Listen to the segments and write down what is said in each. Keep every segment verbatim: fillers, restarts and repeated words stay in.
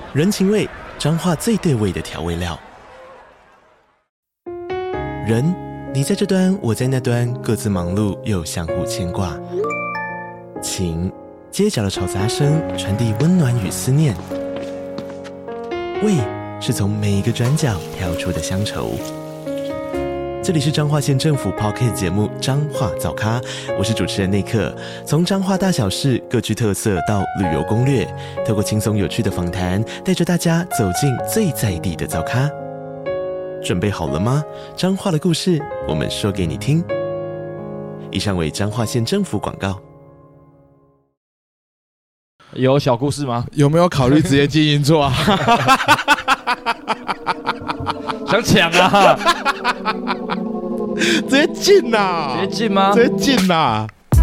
人情味，彰化最对味的调味料。人，你在这端，我在那端，各自忙碌又相互牵挂。情，街角的吵杂声传递温暖与思念。味，是从每一个转角跳出的乡愁。这里是彰化县政府 Podcast 节目《彰化早咖》，我是主持人内克。从彰化大小事各具特色到旅游攻略，透过轻松有趣的访谈，带着大家走进最在地的早咖。准备好了吗？彰化的故事，我们说给你听。以上为彰化县政府广告。 有小故事吗？ 有没有考虑直接进银座啊？ 想抢啊！ 直接进啊！ 直接进吗？ 直接进啊！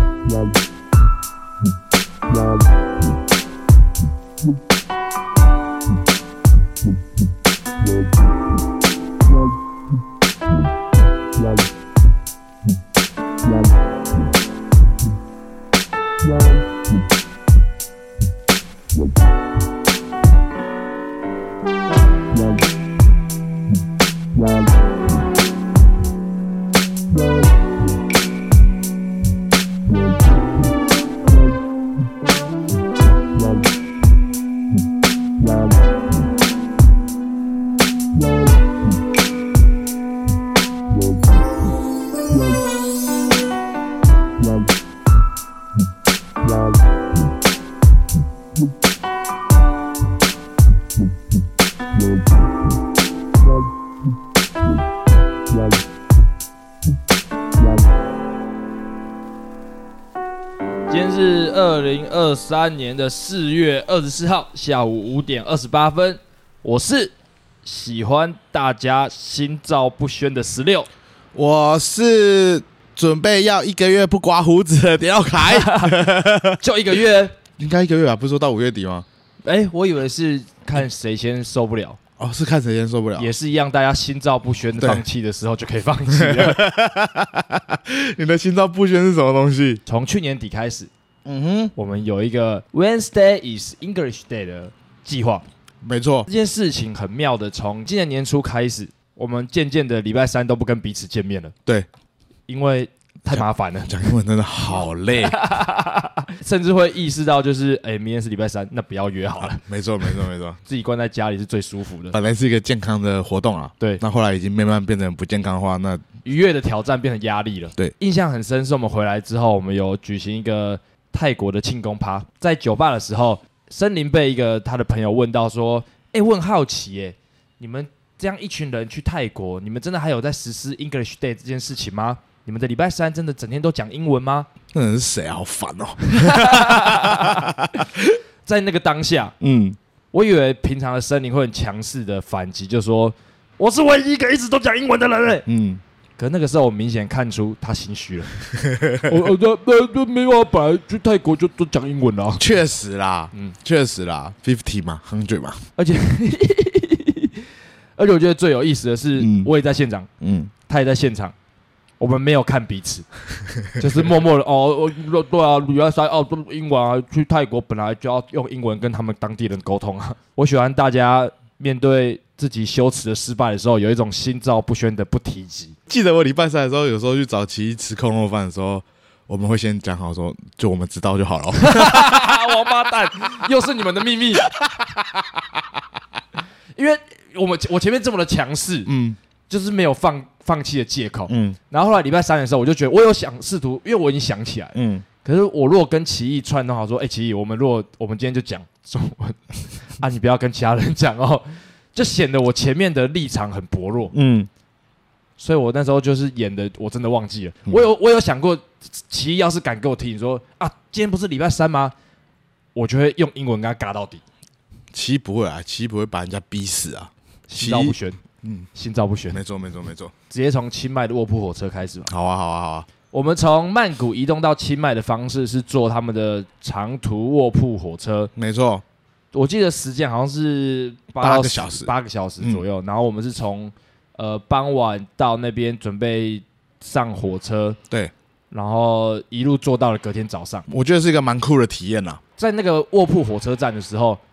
今天是二零二三年的四月二十四号下午五点二十八分，我是喜欢大家心照不宣的十六， 我是准备要一个月不刮胡子的田耀凯。 就一个月， 应该一个月吧？不是说到五月底吗？ 哎、欸，我以为是看谁先受不了。 哦，是看谁先受不了， 也是一样，大家心照不宣放弃的时候就可以放弃了。 你的心照不宣是什么东西？ 从去年底开始， 嗯哼， 我们有一个 Wednesday is English Day 的计划。 没错， 这件事情很妙的，从今年年初开始，我们渐渐的礼拜三都不跟彼此见面了。 对， 因为太麻烦了， 讲英文真的好累， 甚至会意识到就是，哎、欸，明天是礼拜三，那不要约好了。啊、 没错，没错，没错， 自己关在家里是最舒服的。 本来是一个健康的活动啊， 对， 那后来已经慢慢变成不健康化，那愉悦的挑战变成压力了。 对， 印象很深是我们回来之后，我们有举行一个泰国的庆功趴，在酒吧的时候，森林被一个他的朋友问到说，哎、欸，我很好奇耶，你们这样一群人去泰国，你们真的还有在实施 English Day 这件事情吗？你们的礼拜三真的整天都讲英文吗？ 那人是谁啊？好烦哦！ 在那个当下，嗯，我以为平常的森林会很强势的反击，就说我是唯一一个一直都讲英文的人嘞。嗯，可那个时候我明显看出他心虚了。我我我我没有啊，本来去泰国就都讲英文了、啊。 确实啦，嗯，确实啦 ，fifty 嘛 ，hundred 嘛， 而且而且我觉得最有意思的是，嗯、我也在现场，嗯，他也在现场。我们没有看彼此，就是默默的哦，对啊，礼拜三哦，英文啊，去泰国本来就要用英文跟他们当地人沟通啊。我喜欢大家面对自己羞耻的失败的时候，有一种心照不宣的不提及。 记得我礼拜三的时候，有时候去找奇艺吃空肉饭的时候，我们会先讲好说，就我们知道就好了。 王八蛋，又是你们的秘密。因为我们我前面这么的强势，嗯。就是没有放放弃的借口，嗯，然后后来礼拜三的时候，我就觉得我有想试图，因为我已经想起来，嗯，可是我如果跟奇艺串通好说，哎、欸，奇艺，我们如果我们今天就讲中文啊，你不要跟其他人讲哦，就显得我前面的立场很薄弱，嗯，所以我那时候就是演的，我真的忘记了，嗯、我有我有想过，奇艺要是敢跟我提醒说啊，今天不是礼拜三吗？我就会用英文跟他尬到底。 奇艺不会啊，奇艺不会把人家逼死啊， 心照不宣。嗯，心照不宣， 没错没错没错。 直接从清迈的卧铺火车开始吧。 好啊好啊好啊。 我们从曼谷移动到清迈的方式是坐他们的长途卧铺火车。 没错， 我记得时间好像是八个小时， 八个小时左右。嗯、然后我们是从呃傍晚到那边准备上火车， 对， 然后一路坐到了隔天早上。 我觉得是一个蛮酷的体验啦。 在那个卧铺火车站的时候。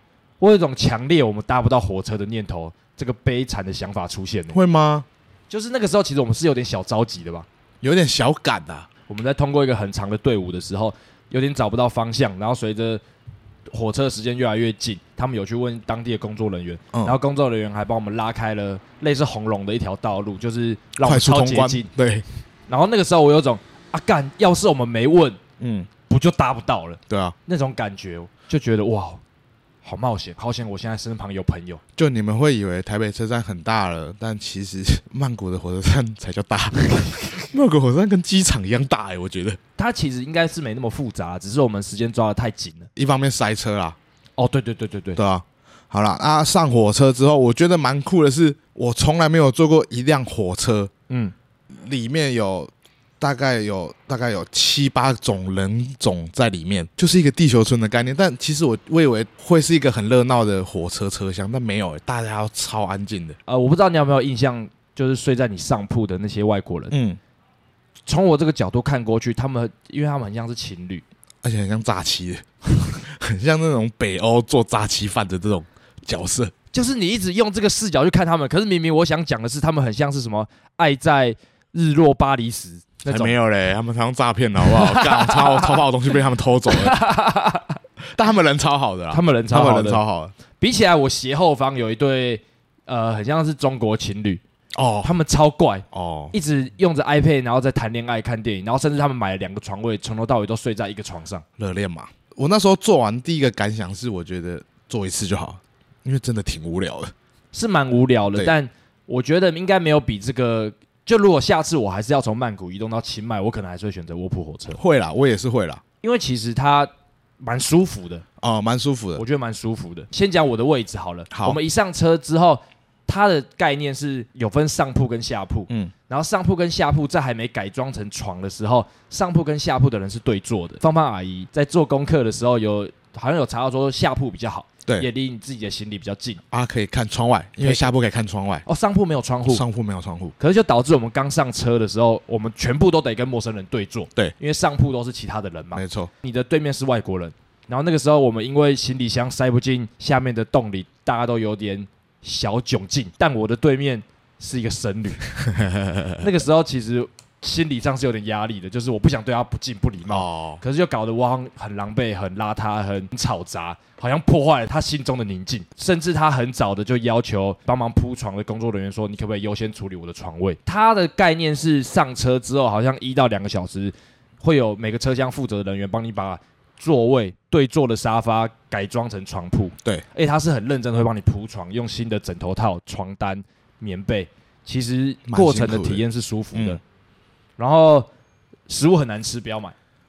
我有一种强烈我们搭不到火车的念头，这个悲惨的想法出现了。 会吗？ 就是那个时候，其实我们是有点小着急的吧， 有点小赶啊。 我们在通过一个很长的队伍的时候，有点找不到方向，然后随着火车的时间越来越近，他们有去问当地的工作人员，嗯、然后工作人员还帮我们拉开了类似红龙的一条道路，就是让我们超捷径。 对。 然后那个时候我有种啊干，要是我们没问，嗯，不就搭不到了？ 对啊， 那种感觉就觉得哇，好冒险，好险！我现在身旁有朋友。 就你们会以为台北车站很大了，但其实曼谷的火车站才叫大。曼谷火车站跟机场一样大哎、欸，我觉得它其实应该是没那么复杂，只是我们时间抓得太紧了。 一方面塞车啦， 哦，对对对对对， 对啊。好啦，啊，上火车之后，我觉得蛮酷的是，我从来没有坐过一辆火车，嗯，里面有大概有大概有七八种人种在里面，就是一个地球村的概念。但其实我我以为会是一个很热闹的火车车厢，但没有、欸，大家都超安静的。 呃，我不知道你有没有印象，就是睡在你上铺的那些外国人，嗯。从我这个角度看过去，他们因为他们很像是情侣， 而且很像诈欺的，很像那种北欧做诈欺犯的这种角色。 就是你一直用这个视角去看他们，可是明明我想讲的是，他们很像是什么爱在日落巴黎时那种。 才没有嘞，他们常常诈骗的好不好？干超超好的东西被他们偷走了，但他们人超好的啦， 他们人超好的， 他们人超好的。 比起来，我斜后方有一对呃，很像是中国情侣。哦，他们超怪哦，一直用着 iPad， 然后在谈恋爱、看电影，然后甚至他们买了两个床位，从头到尾都睡在一个床上， 热恋嘛。我那时候做完第一个感想是，我觉得做一次就好，因为真的挺无聊的， 是蛮无聊的。但我觉得应该没有比这个，就如果下次我还是要从曼谷移动到清迈，我可能还是会选择卧铺火车。 会啦，我也是会啦， 因为其实它蛮舒服的哦，蛮舒服的， 我觉得蛮舒服的。先讲我的位置好了，好，我们一上车之后。它的概念是有分上铺跟下铺，嗯，然后上铺跟下铺在还没改装成床的时候，上铺跟下铺的人是对坐的。芳芳阿姨在做功课的时候有好像有查到说下铺比较好，对，也离你自己的行李比较近啊，可以看窗外，因为下铺可以看窗外。 哦，上铺没有窗户， 上铺没有窗户， 可是就导致我们刚上车的时候，我们全部都得跟陌生人对坐， 对， 因为上铺都是其他的人嘛， 没错， 你的对面是外国人，然后那个时候我们因为行李箱塞不进下面的洞里，大家都有点。小窘境，但我的对面是一个僧侣。那个时候其实心理上是有点压力的，就是我不想对他不敬不礼貌，哦、可是就搞得我很狼狈、很邋遢、很吵杂，好像破坏了他心中的宁静。甚至他很早的就要求帮忙铺床的工作人员说：“你可不可以优先处理我的床位？”他的概念是上车之后，好像一到两个小时会有每个车厢负责的人员帮你把。座位对坐的沙发改装成床铺， 对， 而且他是很认真的会帮你铺床，用新的枕头套、床单、棉被，其实过程的体验是舒服的。嗯、然后食物很难吃，不要买。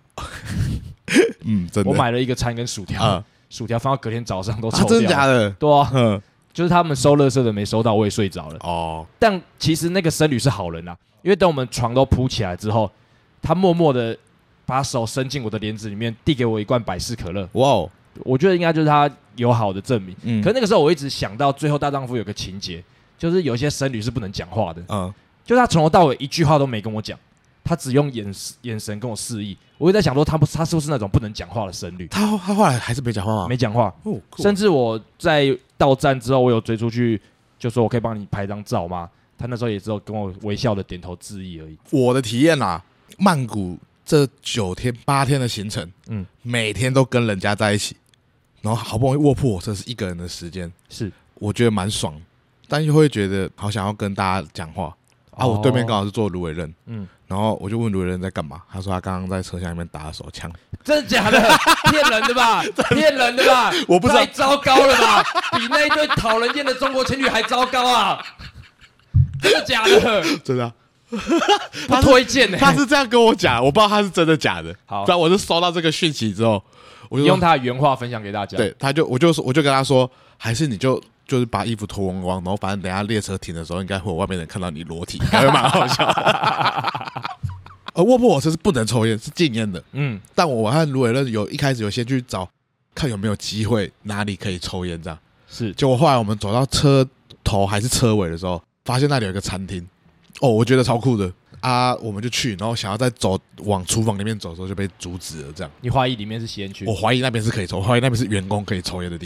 嗯，真的。 我买了一个餐跟薯条，啊、薯条放到隔天早上都臭掉了。 啊、真的假的？ 对啊，嗯，就是他们收垃圾的没收到，我也睡着了。哦，但其实那个僧侣是好人啊，因为等我们床都铺起来之后，他默默的。把手伸进我的帘子里面，递给我一罐百事可乐。哇哦！我觉得应该就是他友好的证明。嗯，可是那个时候我一直想到最后大丈夫有个情节，就是有些僧侣是不能讲话的。嗯，就他从头到尾一句话都没跟我讲，他只用眼眼神跟我示意。我也在想说他不他是不是那种不能讲话的僧侣？ 他他后来还是没讲话吗？ 没讲话。哦，甚至我在到站之后，我有追出去，就说我可以帮你拍张照吗？他那时候也只有跟我微笑的点头致意而已。 我的体验啦，曼谷。这九天八天的行程，嗯，每天都跟人家在一起，然后好不容易卧铺火车是一个人的时间， 是我觉得蛮爽，但又会觉得好想要跟大家讲话、哦、啊！我对面刚好是坐芦苇刃，嗯，然后我就问芦苇刃在干嘛，他说他刚刚在车厢里面打手枪， 真的假的？骗人的吧？骗人的吧？ 我不知道， 太糟糕了吧？比那一对讨人厌的中国情侣还糟糕啊！真的假的？ 真的、啊。 不推荐呢、欸， 他是这样跟我讲，我不知道他是真的假的。好，但我是收到这个讯息之后，我就用他的原话分享给大家。 对，他就我就我就跟他说，还是你就就是把衣服脱光光，然后反正等一下列车停的时候，应该会有外面人看到你裸体，还会蛮好笑的。而卧铺火车是不能抽烟，是禁烟的。嗯，但我和芦苇刃有一开始有先去找看有没有机会哪里可以抽烟，这样是。 结果后来我们走到车头还是车尾的时候，发现那里有一个餐厅。哦，我觉得超酷的啊！我们就去，然后想要再走往厨房里面走的时候就被阻止了。这样， 你怀疑里面是吸烟区？ 我怀疑那边是可以抽，我怀疑那边是员工可以抽烟的地方。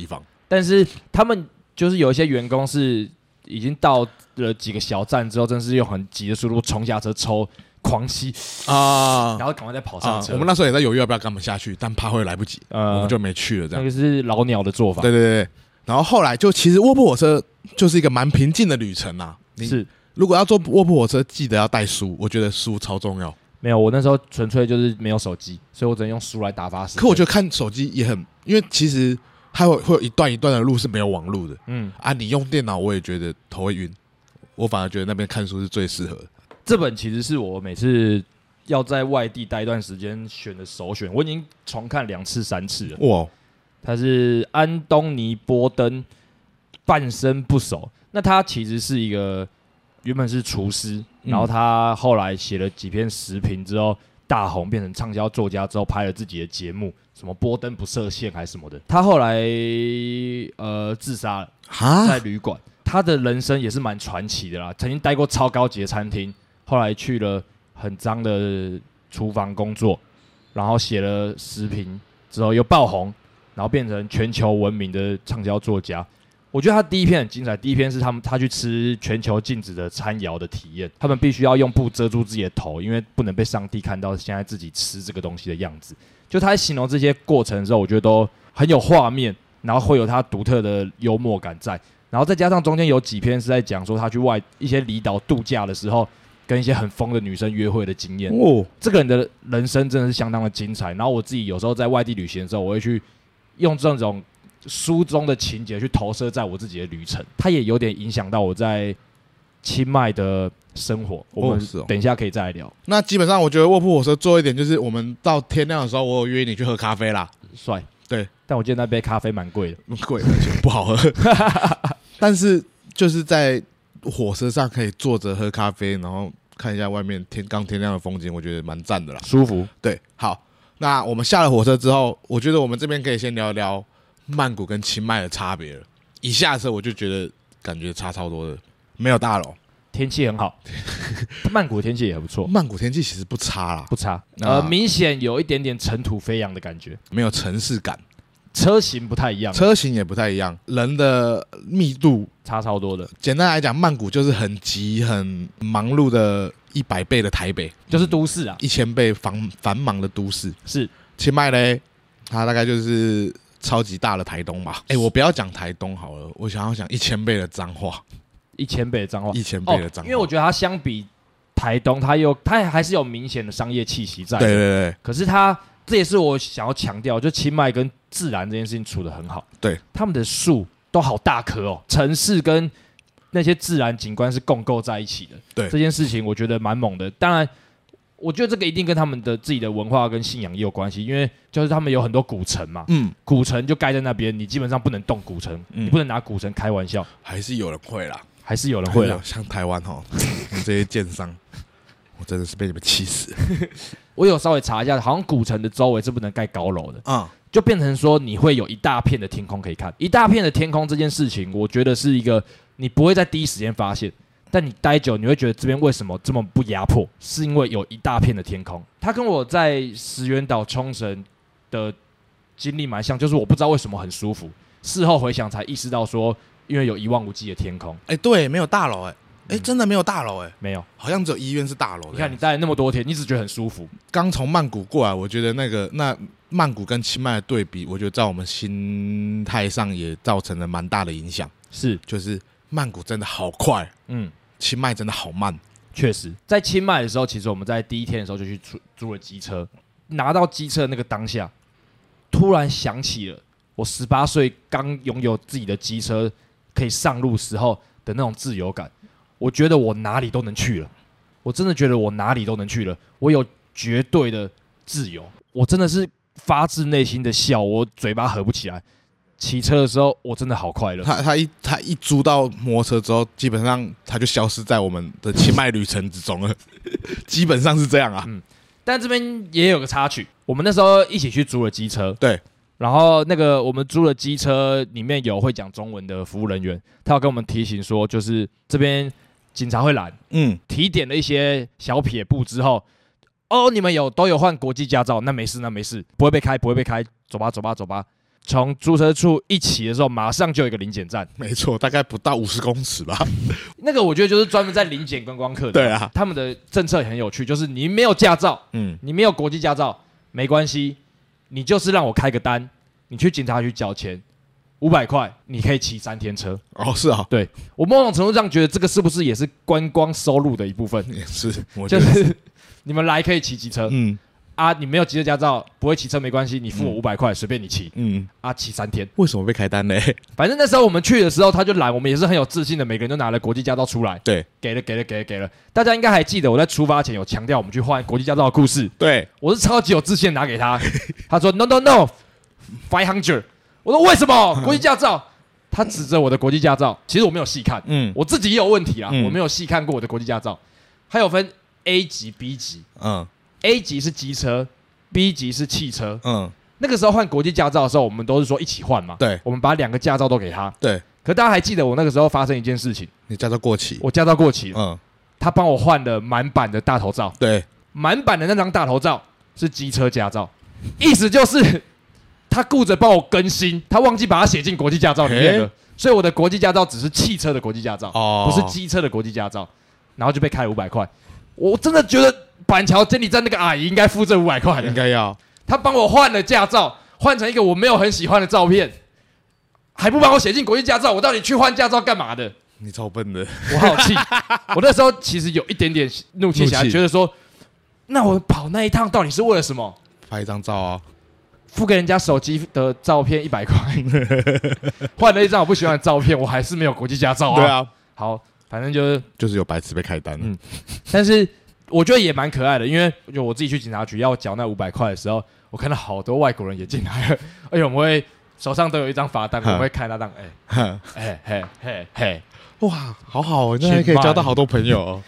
但是他们就是有一些员工是已经到了几个小站之后，真是用很急的速度冲下车抽。狂吸啊，然后赶快再跑上车、啊。 我们那时候也在犹豫要不要跟他们下去，但怕会来不及，呃、我们就没去了。这样， 那个是老鸟的做法。 对对对。然后后来就其实卧铺火车就是一个蛮平静的旅程啊。 是， 如果要坐卧铺火车，记得要带书，我觉得书超重要。 没有，我那时候纯粹就是没有手机，所以我只能用书来打发时间。 可我觉得看手机也很，因为其实它会会有一段一段的路是没有网路的。嗯啊，你用电脑我也觉得头会晕，我反而觉得那边看书是最适合的。 这本其实是我每次要在外地待一段时间选的首选，我已经重看两次三次了。哇，他是安东尼·波登，半生不熟。那他其实是一个原本是厨师，嗯、然后他后来写了几篇时评之后大红，变成畅销作家之后拍了自己的节目，什么波登不设限还是什么的。他后来呃自杀了，在旅馆。他的人生也是蛮传奇的啦，曾经待过超高级的餐厅。后来去了很脏的厨房工作，然后写了时评之后又爆红，然后变成全球闻名的畅销作家。我觉得他第一篇很精彩，第一篇是他们他去吃全球禁止的餐肴的体验，他们必须要用布遮住自己的头，因为不能被上帝看到现在自己吃这个东西的样子。就他在形容这些过程的时候，我觉得都很有画面，然后会有他独特的幽默感在，然后再加上中间有几篇是在讲说他去外一些离岛度假的时候。跟一些很疯的女生约会的经验，哦，这个人的人生真的是相当的精彩。然后我自己有时候在外地旅行的时候，我会去用这种书中的情节去投射在我自己的旅程，它也有点影响到我在清迈的生活。我们等一下可以再来聊。哦哦、 那基本上我觉得卧铺火车做一点就是，我们到天亮的时候，我有约你去喝咖啡啦。 帅， 对， 但我记得那杯咖啡蛮贵的， 贵而且不好喝。但是就是在火车上可以坐着喝咖啡，然后看一下外面天刚天亮的风景，我觉得蛮赞的啦， 舒服。 对，好，那我们下了火车之后，我觉得我们这边可以先聊聊曼谷跟清迈的差别了。一下车我就觉得感觉差超多的，没有大楼， 天气很好，曼谷天气也不错。 曼谷天气其实不差啦， 不差，呃，明显有一点点尘土飞扬的感觉， 没有城市感。 车型不太一样， 车型也不太一样，人的密度差超多的。 简单来讲，曼谷就是很急、很忙碌的一百倍的台北， 就是都市啊， 一千倍繁繁忙的都市。 是清迈嘞，它大概就是超级大的台东吧。哎、欸，我不要讲台东好了，我想要讲一千倍的彰化， 一千倍的彰化， 一千倍的彰化、哦。 因为我觉得它相比台东，它有它还是有明显的商业气息在。 对对对。 可是它这也是我想要强调，就清迈跟自然这件事情处得很好。 对， 他们的树都好大棵哦，城市跟那些自然景观是共构在一起的。 对， 这件事情我觉得蛮猛的。当然，我觉得这个一定跟他们的自己的文化跟信仰也有关系，因为就是他们有很多古城嘛，嗯，古城就盖在那边，你基本上不能动古城，嗯、你不能拿古城开玩笑。 还是有人会啦， 还是有人会啦， 像台湾哈，我们这些建商。我真的是被你们气死了。 我有稍微查一下，好像古城的周围是不能盖高楼的，嗯，就变成说你会有一大片的天空可以看。一大片的天空这件事情，我觉得是一个你不会在第一时间发现，但你待久，你会觉得这边为什么这么不压迫，是因为有一大片的天空。它跟我在石垣岛、冲绳的经历蛮像，就是我不知道为什么很舒服，事后回想才意识到说，因为有一望无际的天空。 哎、欸，对，没有大楼、欸，哎。哎、欸，真的没有大楼哎、欸， 没有， 好像只有医院是大楼的。 你看你待了那么多天，你只觉得很舒服。 刚从曼谷过来，我觉得那个那曼谷跟清迈的对比，我觉得在我们心态上也造成了蛮大的影响。 是， 就是曼谷真的好快，嗯，清迈真的好慢。 确实，在清迈的时候，其实我们在第一天的时候就去租租了机车，拿到机车的那个当下，突然想起了我十八岁刚拥有自己的机车可以上路时候的那种自由感。我觉得我哪里都能去了，我真的觉得我哪里都能去了，我有绝对的自由，我真的是发自内心的笑，我嘴巴合不起来。骑车的时候，我真的好快乐。 他他一他一租到摩托车之后，基本上他就消失在我们的清迈旅程之中了，基本上是这样啊。嗯， 但这边也有个插曲，我们那时候一起去租了机车， 对。 然后那个我们租的机车里面有会讲中文的服务人员，他要跟我们提醒说，就是这边警察会拦，嗯，提点了一些小撇步之后，哦，你们有都有换国际驾照，那没事，那没事，不会被开，不会被开，走吧，走吧，走吧。 从租车处一起的时候，马上就有一个临检站。 没错，大概不到五十公尺吧。 那个我觉得就是专门在临检观光客的。 对啊， 他们的政策也很有趣，就是你没有驾照，嗯，你没有国际驾照没关系，你就是让我开个单，你去警察局缴钱。五百块，你可以骑三天车哦，是啊， 对我某种程度上觉得这个是不是也是观光收入的一部分？ 也是，我觉得就是你们来可以骑机车， 嗯啊，你没有机车驾照，不会骑车没关系，你付我五百块，随便你骑，嗯啊，骑三天， 为什么被开单呢？ 反正那时候我们去的时候，他就拦，我们也是很有自信的，每个人都拿了国际驾照出来， 对， 给了给了给了给了，大家应该还记得我在出发前有强调我们去换国际驾照的故事， 对我是超级有自信拿给他，他说 no no no five hundred， 我说为什么国际驾照？他指着我的国际驾照，其实我没有细看，嗯，我自己也有问题啦，嗯、我没有细看过我的国际驾照，还有分 A 级、B 级，嗯 ，A 级是机车 ，B 级是汽车，嗯，那个时候换国际驾照的时候，我们都是说一起换嘛， 对， 我们把两个驾照都给他， 对， 可大家还记得我那个时候发生一件事情， 你驾照过期， 我驾照过期了，嗯，他帮我换了满版的大头照， 对， 满版的那张大头照是机车驾照，意思就是。他顾着帮我更新，他忘记把它写进国际驾照里面了，所以我的国际驾照只是汽车的国际驾照，哦、不是机车的国际驾照，然后就被开了五百块。我真的觉得板桥监理站那个阿姨应该付这五百块， 应该要。 他帮我换了驾照，换成一个我没有很喜欢的照片，还不帮我写进国际驾照，我到底去换驾照干嘛的？ 你超笨的， 我好气！我那时候其实有一点点怒气起来，觉得说，那我跑那一趟到底是为了什么？ 拍一张照啊。 付给人家手机的照片一百块，换了一张我不喜欢的照片，我还是没有国际驾照啊。 对啊， 好，反正就是就是有白痴被开单了。嗯， 但是我觉得也蛮可爱的，因为就我自己去警察局要缴那五百块的时候，我看到好多外国人也进来了，而且我们会手上都有一张罚单，我们会看那张，哎，哎嘿嘿嘿， 哇，好好哦，那还可以交到好多朋友哦。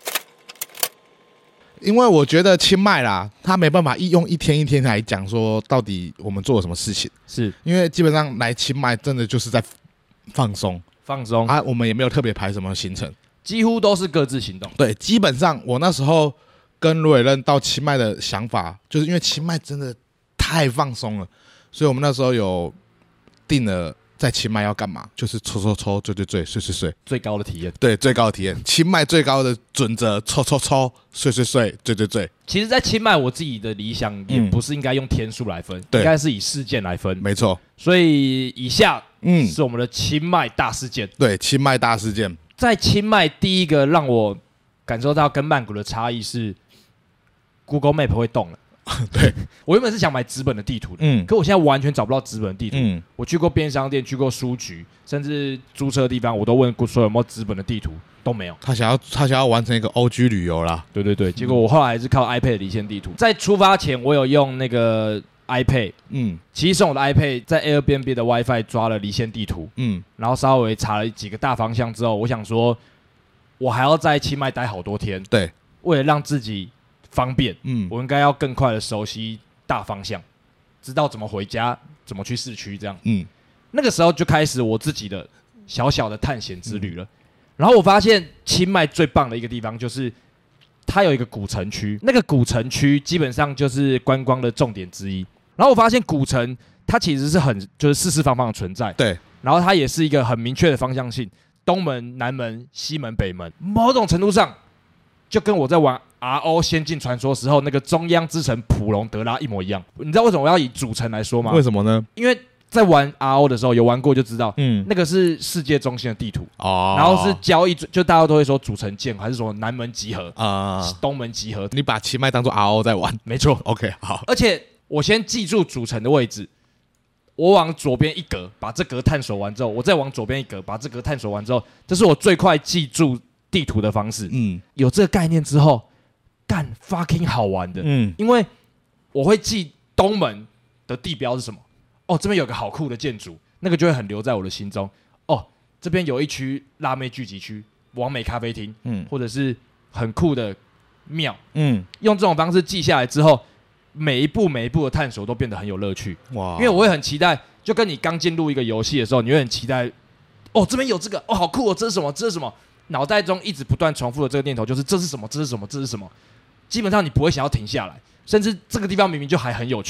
因为我觉得清迈啦，他没办法一用一天一天来讲说到底我们做了什么事情， 是因为基本上来清迈真的就是在放松放松啊，我们也没有特别排什么行程， 几乎都是各自行动。 对，基本上我那时候跟卢伟任到清迈的想法，就是因为清迈真的太放松了，所以我们那时候有定了。在清迈要干嘛？就是抽抽抽、醉醉醉、睡睡睡， 最高的体验。 对，最高的体验。清迈最高的准则：抽抽抽、睡睡睡、醉醉醉。 其实，在清迈，我自己的理想也不是应该用天数来分，嗯、应该是以事件来分。 没错。 所以以下嗯是我们的清迈大事件。 对，清迈大事件。 在清迈，第一个让我感受到跟曼谷的差异是 ，Google Map 会动了。 对， 我原本是想买纸本的地图的，嗯，可我现在完全找不到纸本的地图。嗯，我去过便利商店，去过书局，甚至租车的地方，我都问过说有没有纸本的地图，都没有。 他想要他想要完成一个 O G 旅游啦， 对对对，结果我后来还是靠 iPad 的离线地图。在出发前，我有用那个 iPad， 嗯，其实用我的 iPad 在 Airbnb 的 WiFi 抓了离线地图，嗯，然后稍微查了几个大方向之后，我想说，我还要在清迈待好多天， 对， 为了让自己。方便，嗯，我应该要更快的熟悉大方向，知道怎么回家，怎么去市区，这样，嗯，那个时候就开始我自己的小小的探险之旅了。嗯、然后我发现清迈最棒的一个地方就是它有一个古城区，那个古城区基本上就是观光的重点之一。然后我发现古城它其实是很就是四四方方的存在， 对， 然后它也是一个很明确的方向性，东门、南门、西门、北门，某种程度上就跟我在玩。R O 仙境传说时候那个中央之城普隆德拉一模一样，你知道为什么我要以主城来说吗？ 为什么呢？ 因为在玩 R O 的时候有玩过就知道，嗯，那个是世界中心的地图哦，然后是交易，就大家都会说主城建还是说南门集合啊、呃，东门集合， 你把清迈当做 R O 在玩， 没错 ，OK 好。 而且我先记住主城的位置，我往左边一格把这格探索完之后，我再往左边一格把这格探索完之后，这是我最快记住地图的方式。嗯，有这个概念之后。干 fucking 好玩的，嗯，因为我会记东门的地标是什么，哦，这边有个好酷的建筑，那个就会很留在我的心中。哦，这边有一区辣妹聚集区，完美咖啡厅，嗯，或者是很酷的庙，嗯，用这种方式记下来之后，每一步每一步的探索都变得很有乐趣。哇，因为我会很期待，就跟你刚进入一个游戏的时候，你会很期待，哦，这边有这个，哦，好酷哦，这是什么？这是什么？脑袋中一直不断重复的这个念头就是这是什么？这是什么？这是什么？基本上你不会想要停下来，甚至这个地方明明就还很有趣，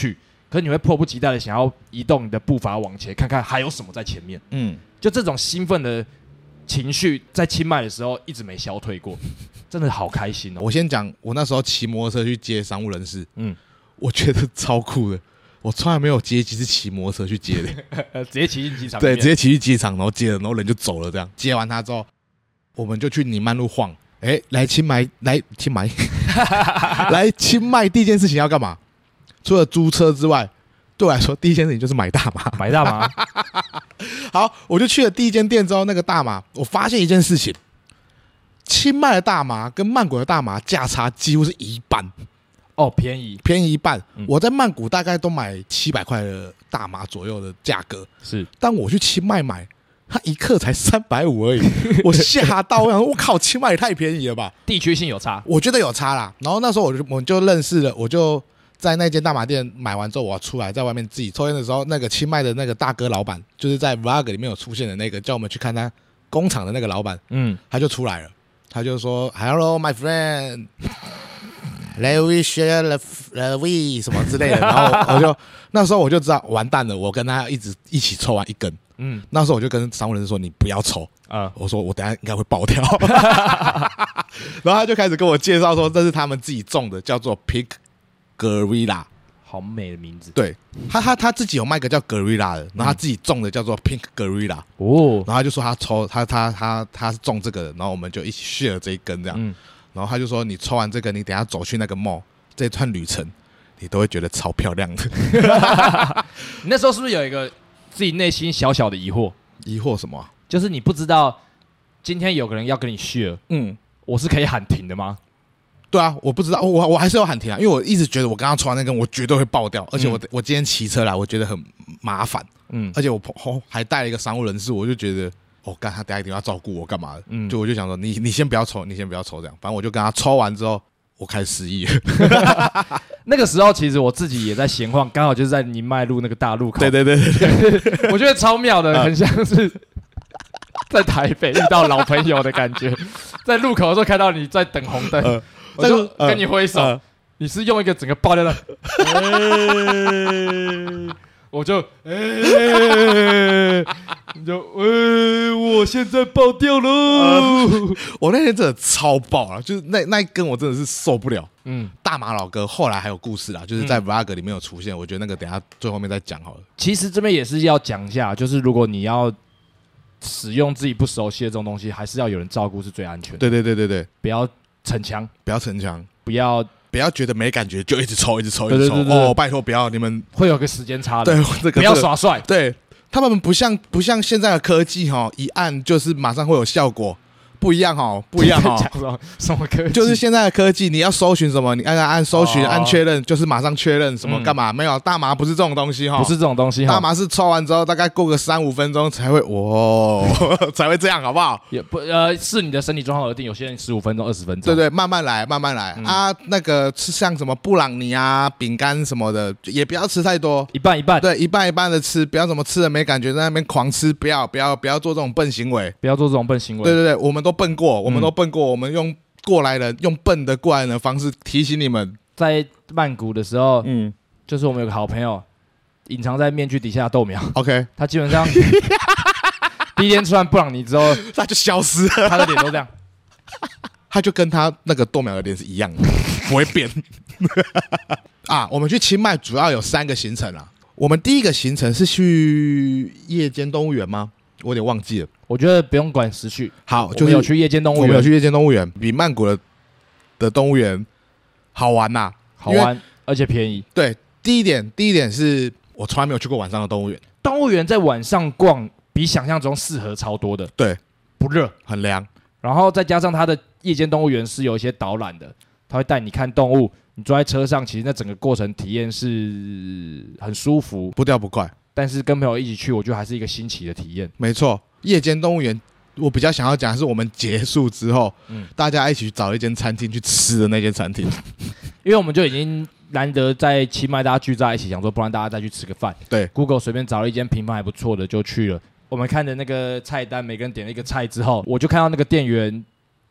可是你会迫不及待的想要移动你的步伐往前，看看还有什么在前面。嗯，就这种兴奋的情绪，在清迈的时候一直没消退过，真的好开心哦。 我先讲，我那时候骑摩托车去接商务人士，嗯，我觉得超酷的。我从来没有接机是骑摩托车去接的， 直接骑进机场。 对，直接骑去机场，然后接了，然后人就走了。这样接完他之后，我们就去宁曼路晃。哎、欸，来清迈，来清迈，来清迈，第一件事情要干嘛？除了租车之外，对我来说，第一件事情就是买大麻。 买大麻。 好，我就去了第一间店之后，那个大麻，我发现一件事情：清迈的大麻跟曼谷的大麻价差几乎是一半。 哦，便宜， 便宜一半。嗯、我在曼谷大概都买七百块的大麻左右的价格， 是。 但我去清迈买，它一克才三百五而已，我吓到，我想说，我靠，清迈也太便宜了吧？ 地区性有差， 我觉得有差啦。然后那时候我就我就认识了，我就在那间大麻店买完之后，我出来在外面自己抽烟的时候，那个清迈的那个大哥老板，就是在 vlog 里面有出现的那个叫我们去看他工厂的那个老板，嗯，他就出来了，他就说 Hello my friend。Let we share the, the we 什么之类的，然后我就那时候我就知道完蛋了，我跟他一直一起抽完一根，嗯，那时候我就跟商务人士说你不要抽啊，我说我等一下应该会爆掉，然后他就开始跟我介绍说这是他们自己种的，叫做 Pink Gorilla， 好美的名字， 对他他他自己有卖个叫 Gorilla 的，然后他自己种的叫做 Pink Gorilla， 哦，然后他就说他抽他他他他是种这个的，然后我们就一起 share 这一根这样。嗯，然后他就说：“你抽完这个，你等一下走去那个 mall， 这段旅程你都会觉得超漂亮的。” 你那时候是不是有一个自己内心小小的疑惑？ 疑惑什么、啊？ 就是你不知道今天有个人要跟你 share， 嗯，我是可以喊停的吗？ 对啊，我不知道，我我还是有喊停啊，因为我一直觉得我刚刚抽完那根，我绝对会爆掉，而且我、嗯、我今天骑车来，我觉得很麻烦，嗯，而且我、哦、还带了一个商务人士，我就觉得。哦，干他等一下一定要照顾我干嘛的？嗯，就我就想说，你你先不要抽，你先不要抽，这样。反正我就跟他抽完之后，我开始失忆了。 那个时候其实我自己也在闲晃，刚好就是在宁迈路那个大路口。 对对对对对， 我觉得超妙的，很像是在台北遇到老朋友的感觉。在路口的时候看到你在等红灯，呃、我就跟你挥手，呃、你是用一个整个爆掉的。欸我就哎、欸，你就哎、欸，我现在爆掉了、呃。 我那天真的超爆了，就是那那一根我真的是受不了。嗯，大马老哥后来还有故事啦，就是在 vlog 里面有出现，嗯、我觉得那个等一下最后面再讲好了。 其实这边也是要讲一下，就是如果你要使用自己不熟悉的这种东西，还是要有人照顾是最安全的。 对对对对对， 不要逞强， 不要逞强， 不要。 不要觉得没感觉就一直抽，一直抽，一直抽。对对对对哦，拜托不要，你们会有个时间差的。 对，这个不要耍帅。 对，他们不像不像现在的科技哈，一按就是马上会有效果。不一样哈，不一样哈。 什么科技？ 就是现在的科技，你要搜寻什么，你按按搜寻，按确认，就是马上确认什么干嘛？没有，大麻不是这种东西哈， 不是这种东西哈。 大麻是抽完之后，大概过个三五分钟才会哦，才会这样，好不好？ 也不呃，是你的身体状况而定，有些人十五分钟、二十分钟。 对对，慢慢来，慢慢来啊。那个吃像什么布朗尼啊、饼干什么的，也不要吃太多， 一半一半。 对，一半一半的吃，不要怎么吃了没感觉，在那边狂吃，不要不要不要做这种笨行为， 不要做这种笨行为。 对对对，我们都笨过，我们都。笨过，我们用过来人用笨的过来人的方式提醒你们。 在曼谷的时候，嗯，就是我们有个好朋友隐藏在面具底下的豆苗 ，OK， 他基本上第一天吃完布朗尼之后， 他就消失了， 他的脸都这样， 他就跟他那个豆苗的脸是一样的，不会变。啊，我们去清迈主要有三个行程啦。我们第一个行程是去夜间动物园吗？我有点忘记了。 我觉得不用管时序， 好， 就是有去夜间动物园， 我们有去夜间动物园，比曼谷的的动物园好玩呐、啊， 好玩而且便宜。 对，第一点，第一点是我从来没有去过晚上的动物园。 动物园在晚上逛比想象中适合超多的， 对， 不热， 很凉， 然后再加上它的夜间动物园是有一些导览的，他会带你看动物，你坐在车上，其实那整个过程体验是很舒服， 不掉不快。 但是跟朋友一起去，我觉得还是一个新奇的体验。 没错，夜间动物园，我比较想要讲的是我们结束之后，嗯，大家一起去找一间餐厅去吃的那间餐厅， 因为我们就已经难得在清迈大家聚在一起，想说不然大家再去吃个饭。对 ，Google 随便找了一间评分还不错的就去了。我们看的那个菜单，每个人点了一个菜之后，我就看到那个店员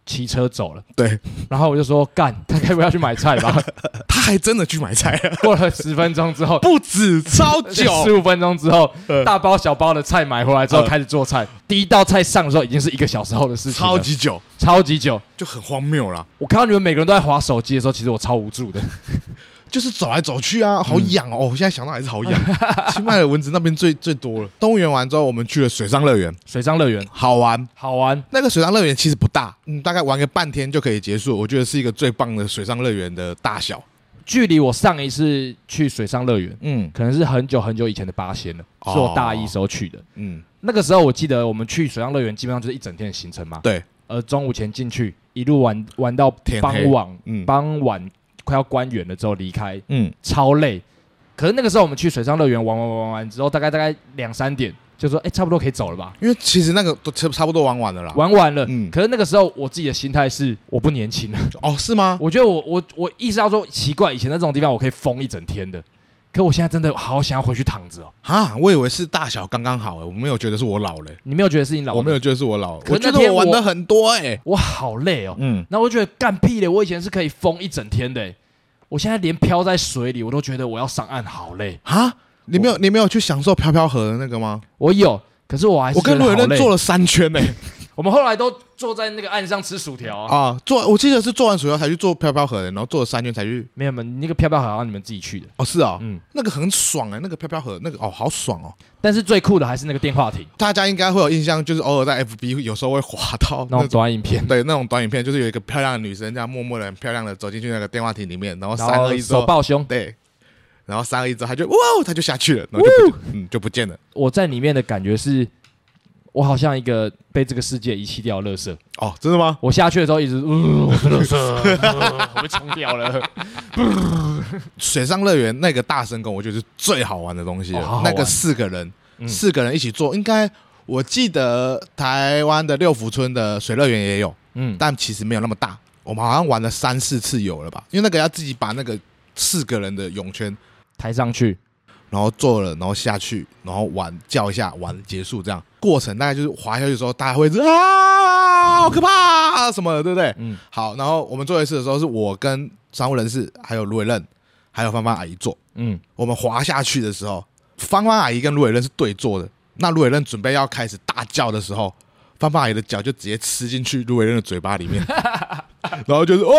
骑车走了。 对， 然后我就说干，他该不要去买菜吧？ 他还真的去买菜了。 过了十分钟之后， 不止超久， 十五分钟之后，大包小包的菜买回来之后开始做菜。第一道菜上的时候已经是一个小时后的事情了， 超级久， 超级久， 就很荒谬啦。 我看到你们每个人都在滑手机的时候，其实我超无助的。 就是走来走去啊，好痒哦！嗯、哦我现在想到还是好痒。清迈的蚊子那边最最多了。动物园完之后，我们去了水上乐园。 水上乐园好玩， 好玩。 那个水上乐园其实不大，嗯，大概玩个半天就可以结束。我觉得是一个最棒的水上乐园的大小。 距离我上一次去水上乐园，嗯，可能是很久很久以前的八仙了，哦、是我大一时候去的。嗯，那个时候我记得我们去水上乐园基本上就是一整天的行程嘛。 对， 呃，中午前进去，一路玩玩到傍晚，嗯，傍晚。快要关园了之后离开，嗯，超累。可是那个时候我们去水上乐园玩玩玩玩完之后，大概大概两三点，就说哎、欸，差不多可以走了吧？ 因为其实那个都差不多玩完了啦， 玩完了。嗯，可是那个时候我自己的心态是我不年轻了。 哦，是吗？ 我觉得我我我意识到说奇怪，以前在这种地方我可以疯一整天的，可我现在真的好想要回去躺着哦。 哈，我以为是大小刚刚好，我没有觉得是我老了。 你没有觉得是你老了？ 我没有觉得是我老了。 可我觉得我玩的很多哎、欸， 我好累哦。嗯，那我就觉得干屁嘞，我以前是可以疯一整天的、欸。我现在连漂在水里，我都觉得我要上岸好累啊！你没有你没有去享受飘飘河的那个吗？ 我有，可是我还是我跟陆伟任做了三圈呢、欸。 我们后来都坐在那个岸上吃薯条啊！ 啊，做我记得是做完薯条才去做飘飘河的，然后做了三圈才去。 没有没有，那个飘飘河好像你们自己去的哦，是啊，嗯，那个很爽哎、欸，那个飘飘河那个哦，好爽哦。 但是最酷的还是那个电话亭， 大家应该会有印象，就是偶尔在 F B 有时候会滑到那种短影片， 对，那种短影片就是有一个漂亮的女生这样默默的、很漂亮的走进去那个电话亭里面，然后三二一之后手抱胸， 对，然后三二一之后他就哇，他就下去了，然后就不嗯就不见了。 我在里面的感觉是。我好像一个被这个世界遗弃掉的垃圾哦，真的吗？ 我下去的时候一直，呃、我是垃圾，呃、我被冲掉了。 水上乐园那个大神宫，我觉得是最好玩的东西了。哦、那个四个人，嗯、四个人一起做，应该我记得台湾的六福村的水乐园也有，嗯，但其实没有那么大。我们好像玩了三四次有了吧？因为那个要自己把那个四个人的泳圈抬上去。 然后做了，然后下去，然后玩叫一下，玩结束这样过程大概就是滑下去的时候，大家会是啊，好可怕、啊、什么的，对不对？嗯，好，然后我们做一次的时候，是我跟商务人士，还有卢伟任，还有芳芳阿姨做。嗯，我们滑下去的时候，芳芳阿姨跟卢伟任是对坐的。那卢伟任准备要开始大叫的时候，芳芳阿姨的脚就直接吃进去卢伟任的嘴巴里面，然后就是哦。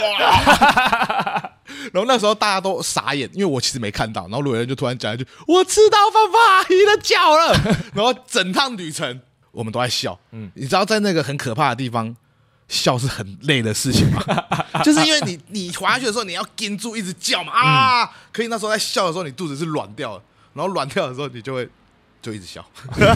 然后那时候大家都傻眼，因为我其实没看到。然后鲁伟任就突然讲一句：“我吃到芳芳阿姨的脚了。”然后整趟旅程我们都在笑。嗯，你知道在那个很可怕的地方，笑是很累的事情吗？就是因为你你滑下去的时候，你要盯住一直叫嘛啊！嗯、可以那时候在笑的时候，你肚子是软掉的，然后软掉的时候，你就会就一直笑。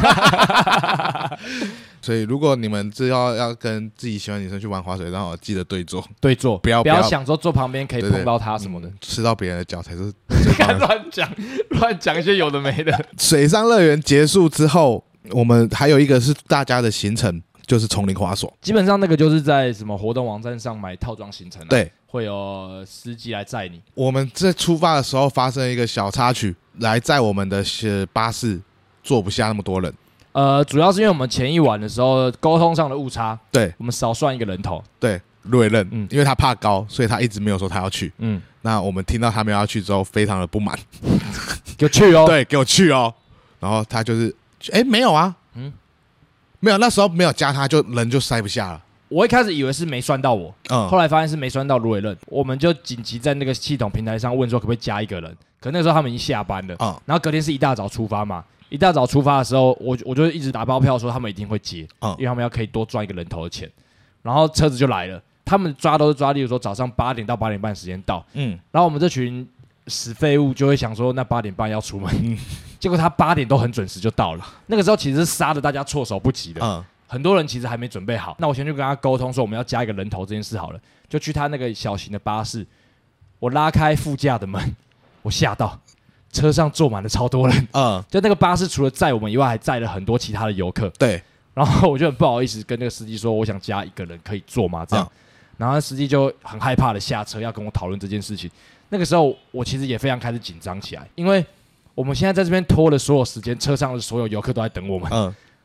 所以，如果你们只要要跟自己喜欢的女生去玩滑水，然后记得对坐， 对坐， 不要不要想说坐旁边可以碰到她什么的， 对对嗯、吃到别人的脚才是。 敢乱讲，乱讲一些有的没的。 水上乐园结束之后，我们还有一个是大家的行程，就是丛林滑索。 基本上那个就是在什么活动网站上买套装行程、啊， 对， 会有司机来载你。 我们在出发的时候发生一个小插曲，来载我们的巴士坐不下那么多人。 呃，主要是因为我们前一晚的时候沟通上的误差， 对， 我们少算一个人头。 对，陆伟任，嗯，因为他怕高，所以他一直没有说他要去。嗯，那我们听到他们要去之后，非常的不满， 给我去哦， 对，给我去哦。然后他就是，哎，没有啊，嗯，没有，那时候没有加他，就人就塞不下了。 我一开始以为是没算到我，嗯，后来发现是没算到卢伟任，我们就紧急在那个系统平台上问说可不可以加一个人，可那个时候他们已经下班了，嗯，然后隔天是一大早出发嘛。一大早出发的时候，我我就一直打包票说他们一定会接，嗯、因为他们要可以多赚一个人头的钱。然后车子就来了，他们抓都是抓，例如说早上八点到八点半时间到，嗯，然后我们这群死废物就会想说，那八点半要出门，嗯、结果他八点都很准时就到了。那个时候其实是杀的大家措手不及的，嗯、很多人其实还没准备好。那我先去跟他沟通说我们要加一个人头这件事好了，就去他那个小型的巴士，我拉开副驾的门，我吓到。车上坐满了超多人，嗯，就那个巴士除了载我们以外，还载了很多其他的游客。 对， 然后我就很不好意思跟那个司机说，我想加一个人可以坐吗？这样，嗯、然后司机就很害怕的下车要跟我讨论这件事情。那个时候我其实也非常开始紧张起来，因为我们现在在这边拖了所有时间，车上的所有游客都在等我们。嗯，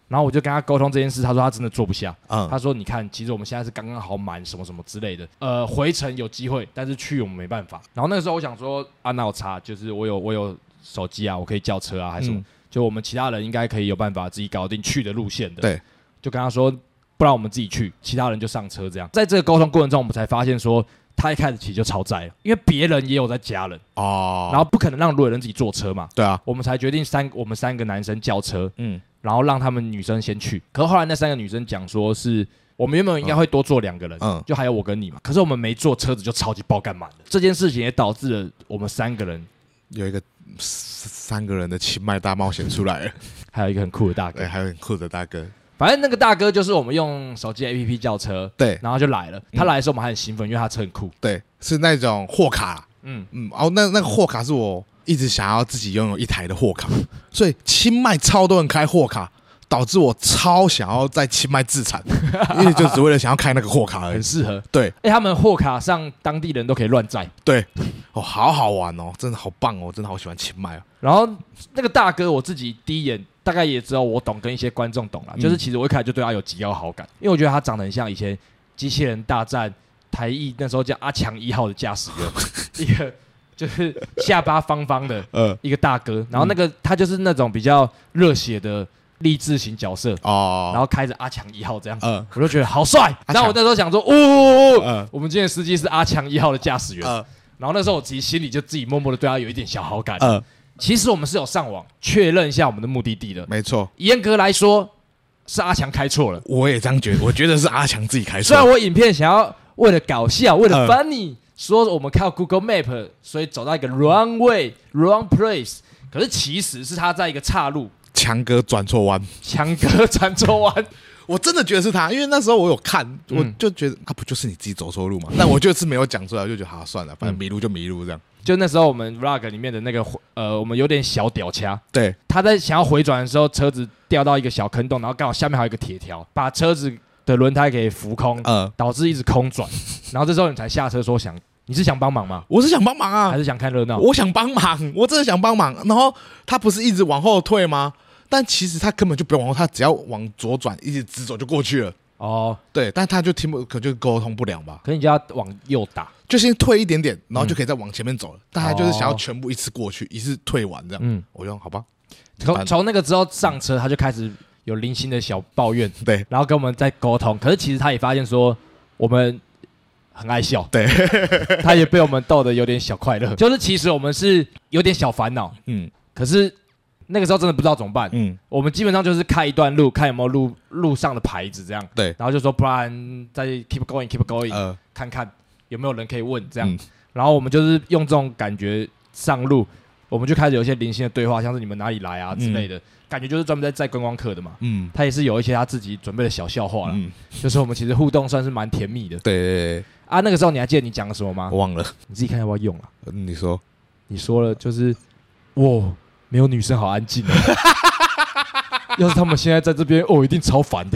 然后我就跟他沟通这件事，他说他真的坐不下。 嗯， 他说你看，其实我们现在是刚刚好满什么什么之类的，呃，回程有机会，但是去我们没办法。然后那个时候我想说啊，那有差，就是我有我有手机啊，我可以叫车啊，还是什么，嗯、就我们其他人应该可以有办法自己搞定去的路线的。 对， 就跟他说，不然我们自己去，其他人就上车这样。在这个沟通过程中，我们才发现说。他一开始其实就超载了，因为别人也有在加人哦，然后不可能让路人自己坐车嘛， 对啊， 我们才决定三我们三个男生叫车，嗯，然后让他们女生先去。可是后来那三个女生讲说是我们原本应该会多坐两个人，嗯，就还有我跟你嘛，可是我们没坐，车子就超级爆干满了。这件事情也导致了我们三个人有一个三个人的清迈大冒险出来了， 还有一个很酷的大哥， 对，还有很酷的大哥。 反正那个大哥就是我们用手机 A P P 叫车， 对， 然后就来了。他来的时候我们还很兴奋，因为他车很酷， 对，是那种货卡，嗯嗯，哦，那那个货卡是我一直想要自己拥有一台的货卡，所以清迈超多人开货卡，导致我超想要在清迈自产，因为就只为了想要开那个货卡而已， 很适合。 对， 哎，他们货卡上当地人都可以乱载， 对，哦，好好玩哦，真的好棒哦，真的好喜欢清迈哦。 然后那个大哥，我自己第一眼。大概也只有我懂，跟一些观众懂啦。嗯、就是其实我一开始就对他有极高好感，因为我觉得他长得很像以前《机器人大战》台艺那时候叫阿强一号的驾驶员，一个就是下巴方方的一个大哥。然后那个他就是那种比较热血的励志型角色哦，然后开着阿强一号这样，嗯、我就觉得好帅。然后我那时候想说，哦，嗯、我们今天的司机是阿强一号的驾驶员。嗯、然后那时候我自己心里就自己默默的对他有一点小好感。嗯其实我们是有上网确认一下我们的目的地的， 没错。 严格来说，是阿强开错了。 我也这样觉得，我觉得是阿强自己开错。 虽然我影片想要为了搞笑，为了 funny，、呃、说我们靠 Google Map， 所以走到一个 wrong way、wrong place， 可是其实是他在一个岔路， 强哥转错弯， 强哥转错弯。 我真的觉得是他，因为那时候我有看，我就觉得、嗯、啊，不就是你自己走错路嘛？但我就是没有讲出来，我就觉得好、啊、算了，反正迷路就迷路这样。 就那时候我们 vlog 里面的那个呃，我们有点小屌掐， 对， 他在想要回转的时候，车子掉到一个小坑洞，然后刚好下面还有一个铁条，把车子的轮胎给浮空，呃，导致一直空转。然后这时候你才下车说想，你是想帮忙吗？ 我是想帮忙啊， 还是想看热闹？ 我想帮忙，我真的想帮忙。然后他不是一直往后退吗？但其实他根本就不用往后，他只要往左转，一直直走就过去了。哦，对，但他就听不，可就沟通不良吧？ 可能你就要往右打， 就先退一点点，然后就可以再往前面走了。嗯、但他就是想要全部一次过去，一次退完这样。嗯，我用好吧。 从从那个之后上车，他就开始有零星的小抱怨， 对， 然后跟我们在沟通。可是其实他也发现说我们很爱笑， 对， 他也被我们逗得有点小快乐。就是其实我们是有点小烦恼，嗯，可是。那个时候真的不知道怎么办，嗯，我们基本上就是开一段路，看有没有路路上的牌子这样， 对， 然后就说不然再 keep going，keep going， 呃，看看有没有人可以问这样，嗯、然后我们就是用这种感觉上路，我们就开始有一些零星的对话，像是你们哪里来啊之类的，嗯、感觉就是专门在载观光客的嘛，嗯，他也是有一些他自己准备的小笑话啦，嗯，就是我们其实互动算是蛮甜蜜的， 对对对， 啊，那个时候你还记得你讲了什么吗？ 我忘了， 你自己看要不要用啊？ 你说， 你说了就是哇。没有女生好安静、啊，要是他们现在在这边，哦，一定超烦的，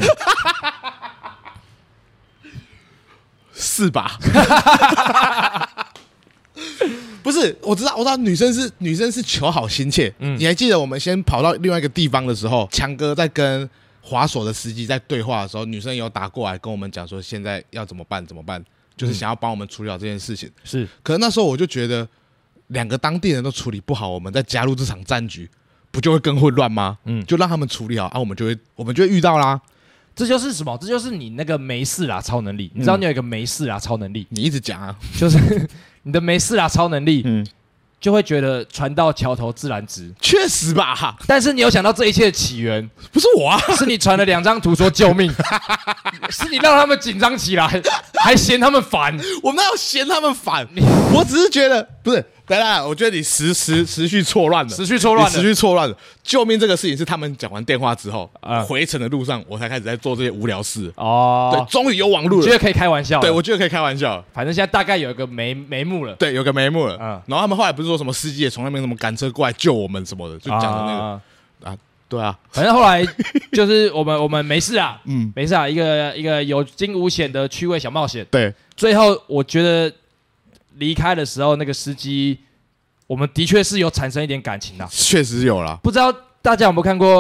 是吧？不是，我知道，我知道，女生是女生是求好心切。嗯，你还记得我们先跑到另外一个地方的时候，强哥在跟滑索的司机在对话的时候，女生有打过来跟我们讲说现在要怎么办怎么办，就是想要帮我们处理好这件事情。 是， 可是那时候我就觉得。两个当地人都处理不好，我们再加入这场战局，不就会更混乱吗？嗯，就让他们处理好啊，我们就会我们就会遇到啦。 这就是什么？这就是你那个没事啦超能力。你知道你有一个没事啦超能力？ 你一直讲啊， 就是你的没事啦超能力，嗯，就会觉得船到桥头自然直。 确实吧？ 但是你有想到这一切的起源？ 不是我啊， 是你传了两张图说救命，是你让他们紧张起来，还嫌他们烦。 我哪有嫌他们烦？我只是觉得不是。来来，我觉得你时时时序错乱了， 时序错乱了， 时序错乱了。救命这个事情是他们讲完电话之后，呃、回程的路上我才开始在做这些无聊事。哦，对，终于有网路了， 觉得可以开玩笑了。 对，我觉得可以开玩笑。 反正现在大概有一个眉眉目了。 对，有个眉目了。嗯，然后他们后来不是说什么司机也从那边什么赶车过来救我们什么的，就讲的那个 啊, 啊，对啊。 反正后来就是我们我们没事啊，嗯，没事啊，一个一个有惊无险的趣味小冒险。 对， 最后我觉得。离开的时候，那个司机，我们的确是有产生一点感情的， 确实有啦。 不知道大家有没有看过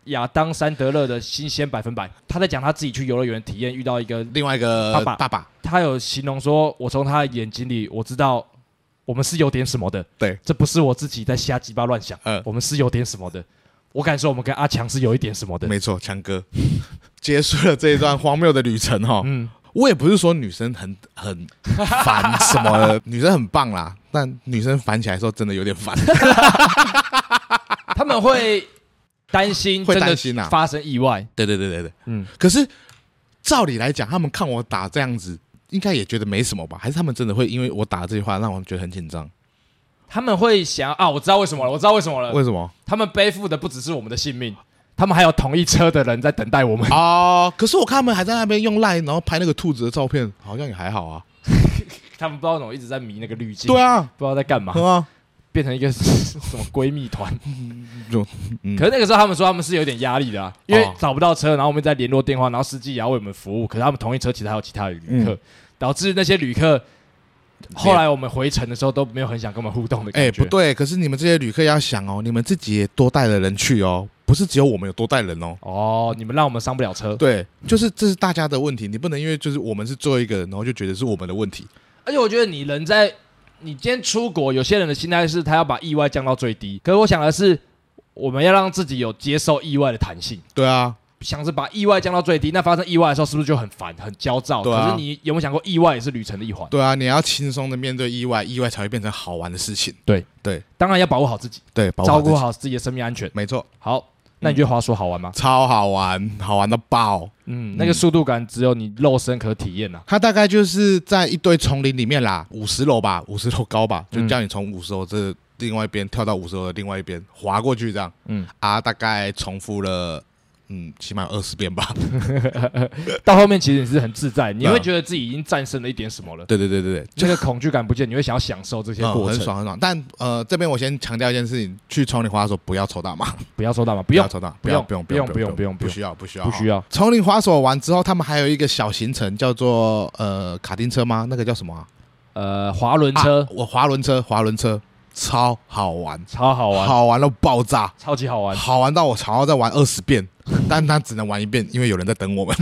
亚当·山德勒的《新鲜百分百》，他在讲他自己去游乐园体验遇到一个另外一个爸爸，爸爸他有形容说，我从他的眼睛里我知道我们是有点什么的， 对， 这不是我自己在瞎鸡巴乱想， 呃， 我们是有点什么的。我敢说，我们跟阿强是有一点什么的。 没错，强哥结束了这一段荒谬的旅程哈。嗯，我也不是说女生很很烦什么的，女生很棒啦，但女生烦起来的时候真的有点烦。 他们会担心， 会担心啊， 发生意外。 对对对对对，嗯。可是照理来讲，他们看我打这样子，应该也觉得没什么吧？还是他们真的会因为我打这句话让我觉得很紧张？ 他们会想啊，我知道为什么了，我知道为什么了。 为什么？ 他们背负的不只是我们的性命，他们还有同一车的人在等待我们哦。可是我看他们还在那边用 LINE， 然后拍那个兔子的照片，好像也还好啊。 他们不知道怎么一直在迷那个滤镜。 对啊， 不知道在干嘛。 啊， 变成一个什么闺蜜团。 就，嗯， 可是那个时候他们说他们是有点压力的啊，因为找不到车，然后我们在联络电话，然后司机也要为我们服务。可是他们同一车其实还有其他的旅客，嗯，导致那些旅客。后来我们回程的时候都没有很想跟我们互动的感觉。哎， 不对，可是你们这些旅客要想哦，你们自己也多带了人去哦，不是只有我们有多带人哦。 哦，你们让我们上不了车。 对，就是这是大家的问题，你不能因为就是我们是最后一个人，然后就觉得是我们的问题。 而且我觉得你人在你今天出国，有些人的心态是他要把意外降到最低，可是我想的是，我们要让自己有接受意外的弹性。 对啊。 想着把意外降到最低，那发生意外的时候是不是就很烦、很焦躁？ 对啊。 可是你有没有想过，意外也是旅程的一环？ 对啊，你要轻松的面对意外，意外才会变成好玩的事情。 对对，当然要保护好自己， 对，保护照顾好自己的生命安全。 没错。 好，那你觉得滑索好玩吗？ 超好玩，好玩到爆。 嗯，那个速度感只有你肉身可体验啊。 它大概就是在一堆丛林里面啦，五十楼吧，五十楼高吧，就叫你从五十楼这另外一边跳到五十楼的另外一边滑过去，这样。嗯啊，大概重复了。嗯，起码二十遍吧。 到后面其实你是很自在，你会觉得自己已经战胜了一点什么了。 对对对对对， 这个恐惧感不见，你会想要享受这些过程， 嗯、很爽很爽。但呃，这边我先强调一件事情：去丛林滑索不要抽大麻， 不要抽大麻，不用抽大麻， 不用不用不用不用不用不需要不需要不需要。 丛林滑索完之后，他们还有一个小行程叫做呃卡丁车吗？那个叫什么、啊？ 呃，滑轮车、啊。 我滑轮车，滑轮车。超好玩， 超好玩， 好玩到爆炸， 超级好玩， 好玩到我想要再玩二十遍，但他只能玩一遍，因为有人在等我们。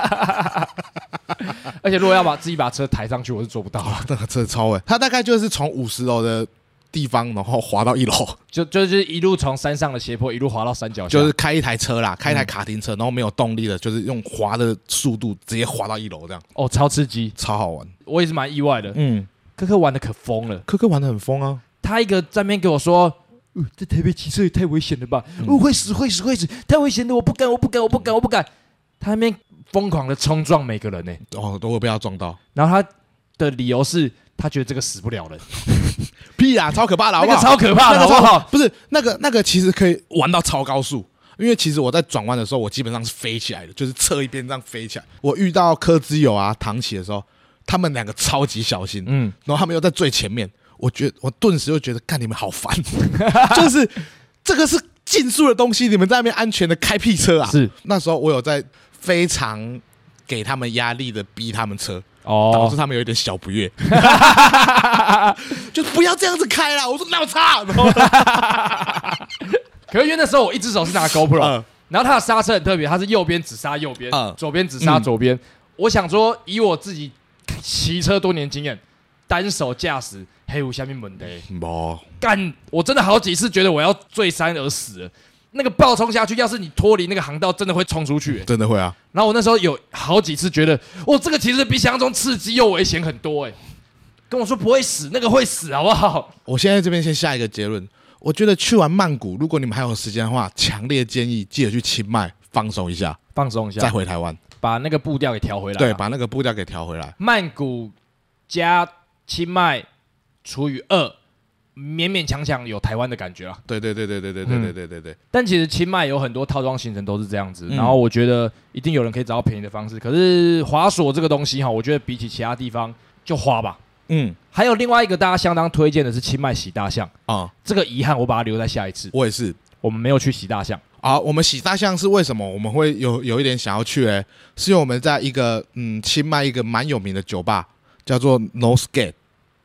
而且如果要把自己把车抬上去，我是做不到了。 那个车超稳，他大概就是从五十楼的地方，然后滑到一楼， 就就是一路从山上的斜坡一路滑到山脚下， 就是開一台车啦，開一台卡丁车，然后没有动力的，就是用滑的速度直接滑到一楼这样。 哦，超刺激， 超好玩， 我也是蛮意外的。嗯，科科玩的可疯了， 科科玩的很疯啊。 他一个在那边给我说，呃，在台北骑车也太危险了吧！嗯、哦，会死会死会死，太危险了，我不敢我不敢我不敢我不敢。他那边疯狂的冲撞每个人呢、欸， 哦，都会被他撞到。 然后他的理由是他觉得这个死不了人， 屁啦，超可怕的，好不好？ 那个超可怕的，好不好？ 不是那个那个其实可以玩到超高速，因为其实我在转弯的时候，我基本上是飞起来的，就是侧一边这样飞起来。我遇到柯之友啊、唐启的时候，他们两个超级小心，嗯，然后他们又在最前面。我觉得我顿时就觉得，干你们好烦，就是这个是竞速的东西，你们在那边安全的开屁车啊！ 是那时候我有在非常给他们压力的逼他们车，哦，导致他们有一点小不悦，就不要这样子开啦！我说那我擦， 可是因为那时候我一只手是拿 GoPro，、嗯、然后他的刹车很特别，他是右边只刹右边，嗯、左边只刹左边。嗯、我想说，以我自己骑车多年经验。单手驾驶，还有下面问题？没干，我真的好几次觉得我要坠山而死了。那个爆冲下去，要是你脱离那个航道，真的会冲出去、欸， 真的会啊。 然后我那时候有好几次觉得，哦，这个其实比想象中刺激又危险很多、欸，哎，跟我说不会死，那个会死，好不好？ 我现在这边先下一个结论，我觉得去完曼谷，如果你们还有时间的话，强烈建议记得去清迈放松一下， 放松一下， 再回台湾， 把那个步调给调回来。 对，把那个步调给调回来。 曼谷加清迈除以二，勉勉强强有台湾的感觉啊！ 对对对对对对对对对对对。 但其实清迈有很多套装行程都是这样子，嗯、然后我觉得一定有人可以找到便宜的方式。可是滑索这个东西哈，我觉得比起其他地方就花吧。嗯，还有另外一个大家相当推荐的是清迈洗大象啊，这个遗憾我把它留在下一次。 我也是， 我们没有去洗大象啊。我们洗大象是为什么？我们会有有一点想要去嘞、欸，是因为我们在一个嗯清迈一个蛮有名的酒吧。叫做 No Skate，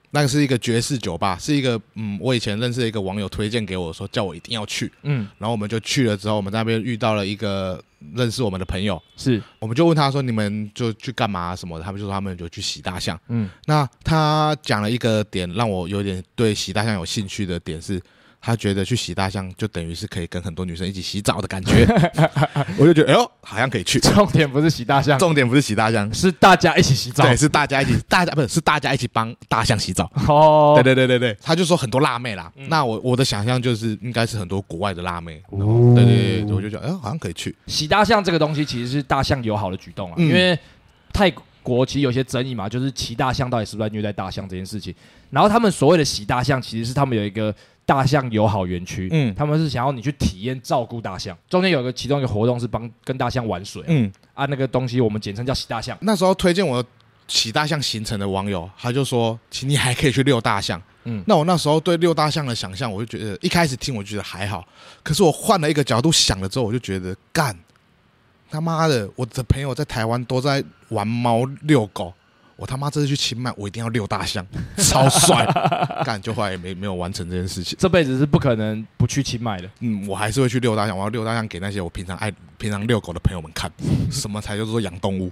那个是一个爵士酒吧，是一个嗯，我以前认识的一个网友推荐给我说，叫我一定要去。嗯，然后我们就去了之后，我们在那边遇到了一个认识我们的朋友， 是， 我们就问他说，你们就去干嘛什么的？他们就说他们就去洗大象。嗯，那他讲了一个点，让我有点对洗大象有兴趣的点是。他觉得去洗大象就等于是可以跟很多女生一起洗澡的感觉，我就觉得哎呦，好像可以去。 重点不是洗大象， 重点不是洗大象， 是大家一起洗澡。 对，是大家一起，大家不是是大家一起帮大象洗澡。哦，对对对对对，他就说很多辣妹啦。嗯、那我我的想象就是应该是很多国外的辣妹。哦，对对对，我就觉得哎，好像可以去。 洗大象这个东西其实是大象友好的举动啊，嗯、因为泰国其实有些争议嘛，就是骑大象到底是不是在虐待大象这件事情。然后他们所谓的洗大象，其实是他们有一个大象友好园区，嗯，他们是想要你去体验照顾大象。中间有一个其中一个活动是帮跟大象玩水，嗯，啊，那个东西我们简称叫洗大象。 那时候推荐我洗大象行程的网友，他就说，其实你还可以去遛大象。嗯，那我那时候对遛大象的想象，我就觉得一开始听我就觉得还好，可是我换了一个角度想了之后，我就觉得干他妈的，我的朋友在台湾都在玩猫遛狗。我他妈这次去清迈，我一定要遛大象，超帅！干就后来也没没有完成这件事情。 这辈子是不可能不去清迈的。 嗯，我还是会去遛大象，我要遛大象给那些我平常爱、平常遛狗的朋友们看，什么才叫做养动物。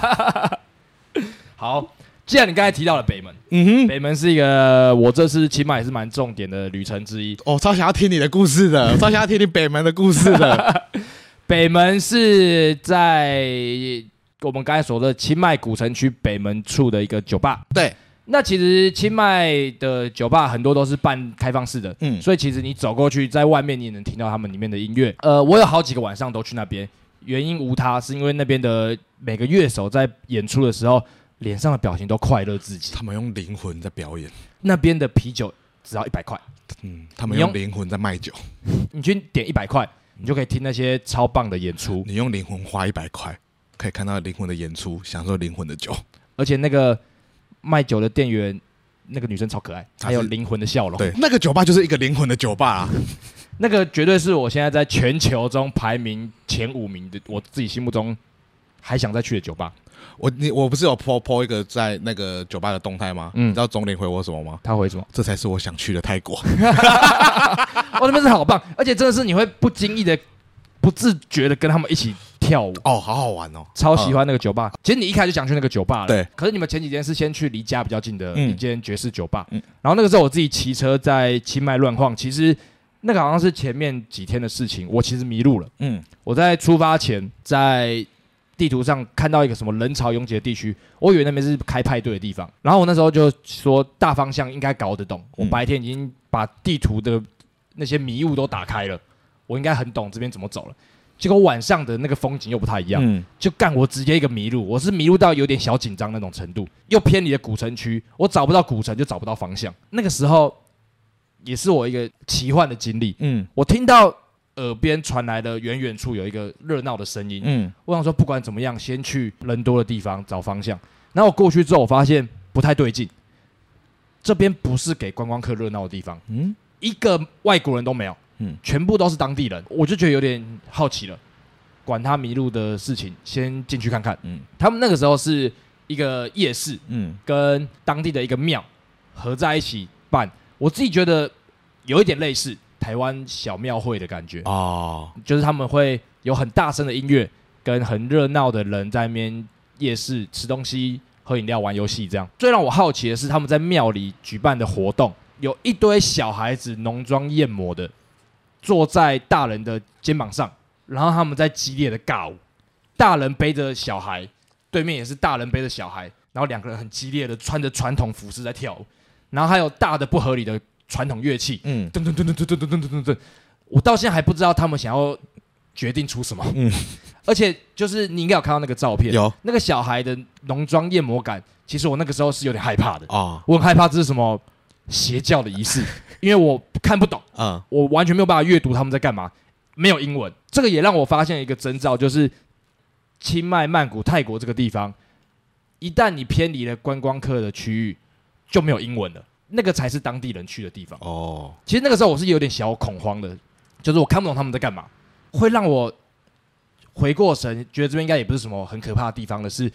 好，既然你刚才提到了北门，嗯哼，北门是一个我这次清迈也是蛮重点的旅程之一。 哦，超想要听你的故事的，超想要听你北门的故事的。 北门是在我们刚才说的清迈古城区北门处的一个酒吧。 对， 那其实清迈的酒吧很多都是半开放式的，嗯，所以其实你走过去，在外面你也能听到他们里面的音乐。呃，我有好几个晚上都去那边，原因无他，是因为那边的每个乐手在演出的时候，脸上的表情都快乐至极。 他们用灵魂在表演。 那边的啤酒只要一百块， 嗯，他们用灵魂在卖酒。 你去点一百块，你就可以听那些超棒的演出。 你用灵魂花一百块。可以看到灵魂的演出，享受灵魂的酒， 而且那个卖酒的店员，那个女生超可爱，还有灵魂的笑容。 对，那个酒吧就是一个灵魂的酒吧啊， 那个绝对是我现在在全球中排名前五名的，我自己心目中还想再去的酒吧。 我你我不是有 po po 一个在那个酒吧的动态吗？嗯，你知道总领回我什么吗？ 他回什么？ 这才是我想去的泰国。 哦，那边是好棒，而且真的是你会不经意的、不自觉的跟他们一起跳舞哦，好好玩哦， 超喜欢那个酒吧。嗯、其实你一开始就想去那个酒吧了， 对。 可是你们前几天是先去离家比较近的一间爵士酒吧，嗯、然后那个时候我自己骑车在清迈乱晃，其实那个好像是前面几天的事情，我其实迷路了。嗯，我在出发前在地图上看到一个什么人潮拥挤的地区，我以为那边是开派对的地方，然后我那时候就说大方向应该搞得懂，我白天已经把地图的那些迷雾都打开了，我应该很懂这边怎么走了。结果晚上的那个风景又不太一样，嗯、就干我直接一个迷路，我是迷路到有点小紧张那种程度，又偏离了古城区，我找不到古城就找不到方向。那个时候也是我一个奇幻的经历，嗯，我听到耳边传来的远远处有一个热闹的声音，嗯，我想说不管怎么样，先去人多的地方找方向。然后我过去之后，我发现不太对劲，这边不是给观光客热闹的地方，嗯，一个外国人都没有。嗯，全部都是当地人，我就觉得有点好奇了。管他迷路的事情，先进去看看。嗯，他们那个时候是一个夜市，嗯，跟当地的一个庙合在一起办。我自己觉得有一点类似台湾小庙会的感觉哦，就是他们会有很大声的音乐，跟很热闹的人在那边夜市吃东西、喝饮料、玩游戏这样。最让我好奇的是，他们在庙里举办的活动，有一堆小孩子浓妆艳抹的。坐在大人的肩膀上，然后他们在激烈的尬舞，大人背着小孩，对面也是大人背着小孩，然后两个人很激烈的穿着传统服饰在跳舞，然后还有大的不合理的传统乐器，嗯，噔噔噔噔噔噔噔噔噔噔，我到现在还不知道他们想要决定出什么，嗯，而且就是你应该有看到那个照片， 有那个小孩的浓妆艳抹感，其实我那个时候是有点害怕的啊、哦，我很害怕这是什么邪教的仪式。因为我看不懂，嗯，我完全没有办法阅读他们在干嘛，没有英文。这个也让我发现一个征兆，就是清迈、曼谷、泰国这个地方，一旦你偏离了观光客的区域，就没有英文了。那个才是当地人去的地方。哦，其实那个时候我是有点小恐慌的，就是我看不懂他们在干嘛，会让我回过神，觉得这边应该也不是什么很可怕的地方的是，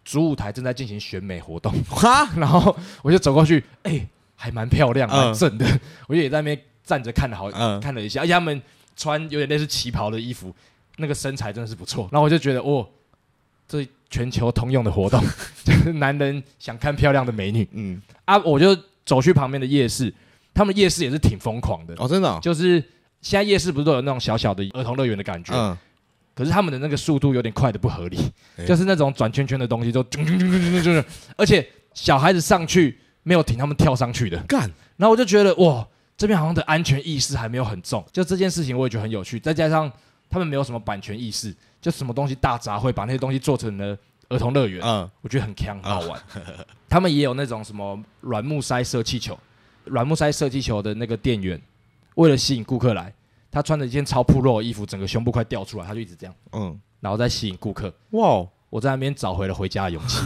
主舞台正在进行选美活动，然后我就走过去，哎、欸，还蛮漂亮，蛮正的，嗯、我就也在那边站着看了好、嗯、看了一下，而且他们穿有点类似旗袍的衣服，那个身材真的是不错，然后我就觉得哦，这全球通用的活动，就是男人想看漂亮的美女，嗯啊，我就走去旁边的夜市，他们夜市也是挺疯狂的哦，真的、哦， 就是现在夜市不是都有那种小小的儿童乐园的感觉，嗯。可是他们的那个速度有点快的不合理，欸、就是那种转圈圈的东西都，而且小孩子上去没有停，他们跳上去的，干。然后我就觉得哇，这边好像的安全意识还没有很重，就这件事情我也觉得很有趣。再加上他们没有什么版权意识，就什么东西大杂烩，把那些东西做成了儿童乐园，嗯，我觉得很强，很好玩。嗯、他们也有那种什么软木塞射气球，软木塞射气球的那个店员，为了吸引顾客来。他穿着一件超暴露的衣服，整个胸部快掉出来，他就一直这样，嗯，然后再吸引顾客。哇！我在那边找回了回家的勇气。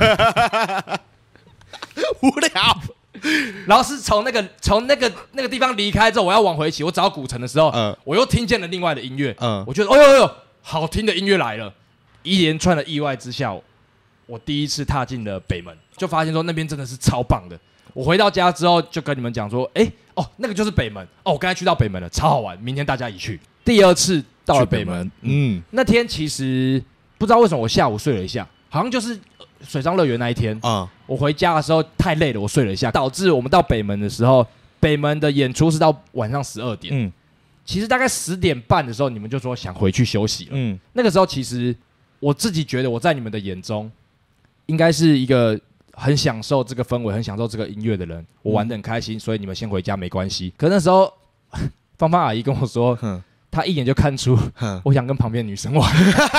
无聊。 然后是从那个从那个那个地方离开之后，我要往回骑，我找古城的时候，嗯、我又听见了另外的音乐，嗯，我觉得，哎呦哎呦，好听的音乐来了！一连串的意外之下，我第一次踏进了北门，就发现说那边真的是超棒的。我回到家之后就跟你们讲说，哎、欸，哦，那个就是北门哦，我刚才去到北门了，超好玩，明天大家一起去。第二次到了北门，北门嗯，那天其实不知道为什么我下午睡了一下，好像就是水上乐园那一天啊、嗯。我回家的时候太累了，我睡了一下，导致我们到北门的时候，北门的演出是到晚上十二点。嗯，其实大概十点半的时候，你们就说想回去休息了。嗯，那个时候其实我自己觉得我在你们的眼中应该是一个。很享受这个氛围，很享受这个音乐的人，我玩得很开心，嗯、所以你们先回家没关系。可是那时候，芳芳阿姨跟我说，她一眼就看出我想跟旁边女生玩。